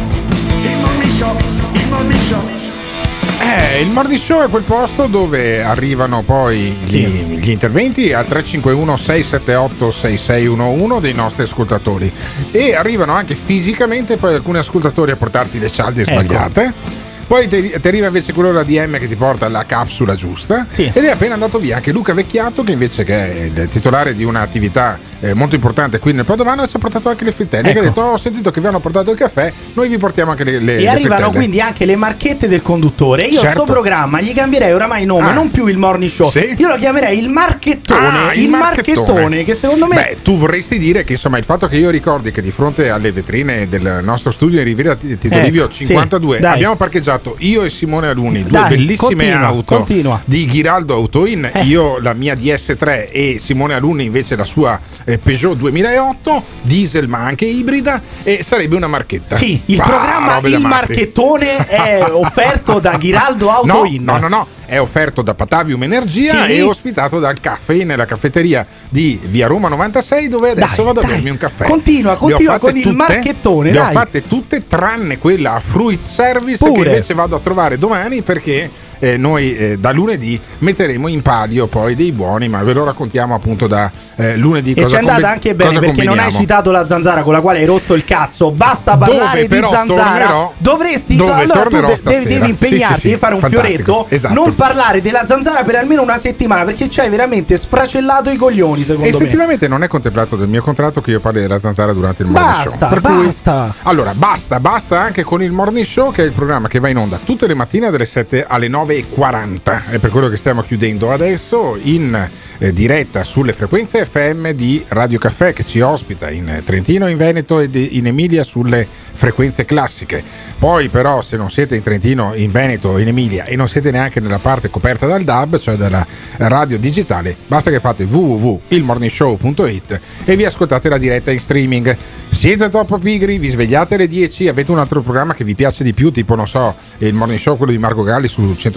il Morning Show, il Morning Show. Eh, il Morning Show è quel posto dove arrivano poi gli, sì. gli interventi al tre cinque uno sei sette otto sei sei uno uno dei nostri ascoltatori, e arrivano anche fisicamente poi alcuni ascoltatori a portarti le cialde ecco. sbagliate. Poi ti, ti arriva invece quello da D M che ti porta la capsula giusta, sì. ed è appena andato via anche Luca Vecchiato, che invece che è il titolare di un'attività eh, molto importante qui nel Padovano, ci ha portato anche le frittelle, ecco. che ha detto ho sentito che vi hanno portato il caffè, noi vi portiamo anche le, le e le arrivano frittelle. Quindi anche le marchette del conduttore. Io certo. sto programma gli cambierei oramai nome, ah. non più il Morning Show, sì? io lo chiamerei il marchettone, ah, il, il marchettone. marchettone che secondo me beh, tu vorresti dire che insomma il fatto che io ricordi che di fronte alle vetrine del nostro studio in Riviera Tito Livio ecco, cinquantadue sì, abbiamo parcheggiato io e Simone Aluni, due Dai, bellissime continua, auto continua. di Ghiraldo Autoin, eh. io la mia D S tre e Simone Aluni invece la sua eh, Peugeot duemilaotto, diesel ma anche ibrida, e sarebbe una marchetta. Sì, il ah, programma Il Marchettone è offerto da Ghiraldo Autoin. No, no, no, no, è offerto da Patavium Energia sì. e ospitato dal Caffè nella caffetteria di Via Roma novantasei, dove adesso dai, vado dai. a bermi un caffè. Continua, continua con tutte, il marchettone. Le dai. ho fatte tutte tranne quella a Fruit Service Pure. che invece vado a trovare domani, perché eh, noi eh, da lunedì metteremo in palio poi dei buoni, ma ve lo raccontiamo appunto da eh, lunedì. E cosa c'è andata combi- anche bene, perché combiniamo. non hai citato la zanzara con la quale hai rotto il cazzo. Basta parlare dove di zanzara. Tornerò, dovresti dove allora tu de- devi, devi impegnarti sì, sì, sì, a fare un fantastico. fioretto, esatto. non parlare della zanzara per almeno una settimana, perché ci hai veramente sfracellato i coglioni, secondo Effettivamente me. Effettivamente non è contemplato del mio contratto che io parli della zanzara durante il Morning Show. Basta, per basta. Cui, allora, basta, basta anche con il Morning Show, che è il programma che va in onda tutte le mattine dalle sette alle nove e quaranta. È per quello che stiamo chiudendo adesso in eh, diretta sulle frequenze F M di Radio Caffè, che ci ospita in Trentino, in Veneto e in Emilia sulle frequenze classiche. Poi però, se non siete in Trentino, in Veneto, in Emilia, e non siete neanche nella parte coperta dal D A B, cioè dalla radio digitale, basta che fate w w w punto il morning show punto i t e vi ascoltate la diretta in streaming. Siete troppo pigri, vi svegliate alle dieci, avete un altro programma che vi piace di più, tipo non so, il Morning Show, quello di Marco Galli su centosei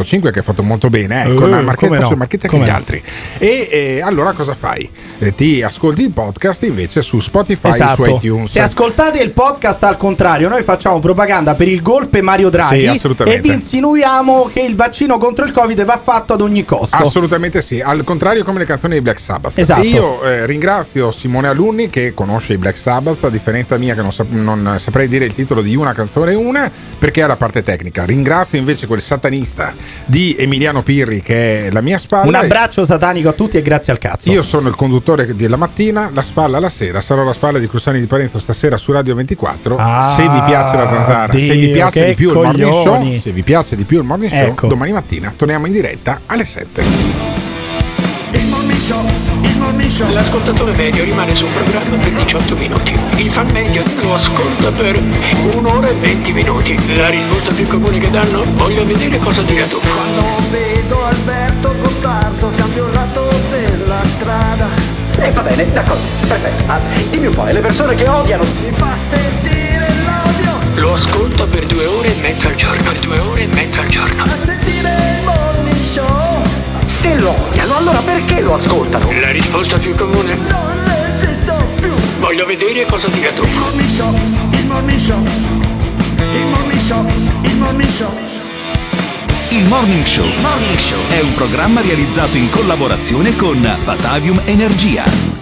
centocinque che ha fatto molto bene, eh, Uh, con la marchetta come no, su marchetta come che gli no. altri. E eh, allora cosa fai? Eh, ti ascolti il podcast invece su Spotify, Esatto. su iTunes. Se ascoltate il podcast al contrario, noi facciamo propaganda per il golpe Mario Draghi Sì, assolutamente. e vi insinuiamo che il vaccino contro il Covid va fatto ad ogni costo. Assolutamente sì, al contrario come le canzoni di Black Sabbath. Esatto. Io eh, ringrazio Simone Alunni che conosce i Black Sabbath, a differenza mia che non, sap- non saprei dire il titolo di una canzone una, perché è la parte tecnica. Ringrazio invece quel satanista di Emiliano Pirri che è la mia spalla. Un abbraccio satanico a tutti e grazie al cazzo. Io sono il conduttore della mattina, la spalla la sera, sarò la spalla di Cruciani di Parenzo stasera su Radio ventiquattro. Ah, se vi piace la zanzara, Dio, se vi piace che di più il morning coglioni. show, se vi piace di più il morning show, Ecco. domani mattina torniamo in diretta alle sette. Il morning show, il morning show. L'ascoltatore medio rimane sul programma per diciotto minuti. Il fan medio lo ascolta per un'ora e venti minuti. La risposta più comune che danno: voglio vedere cosa dirà tu. Quando vedo Alberto Gottardo cambio il lato della strada. E va bene, d'accordo, perfetto. Ah, dimmi un po', e le persone che odiano? Mi fa sentire l'odio. Lo ascolta per due ore e mezza al giorno. Per due ore e mezza al giorno. A sentire il morning show. Se lo odiano, allora perché lo ascoltano? La risposta più comune: non resisto più. voglio vedere cosa dirà tu. Il morning show, il morning show. Il morning show, il morning show. Il Morning Show è un programma realizzato in collaborazione con Batavium Energia.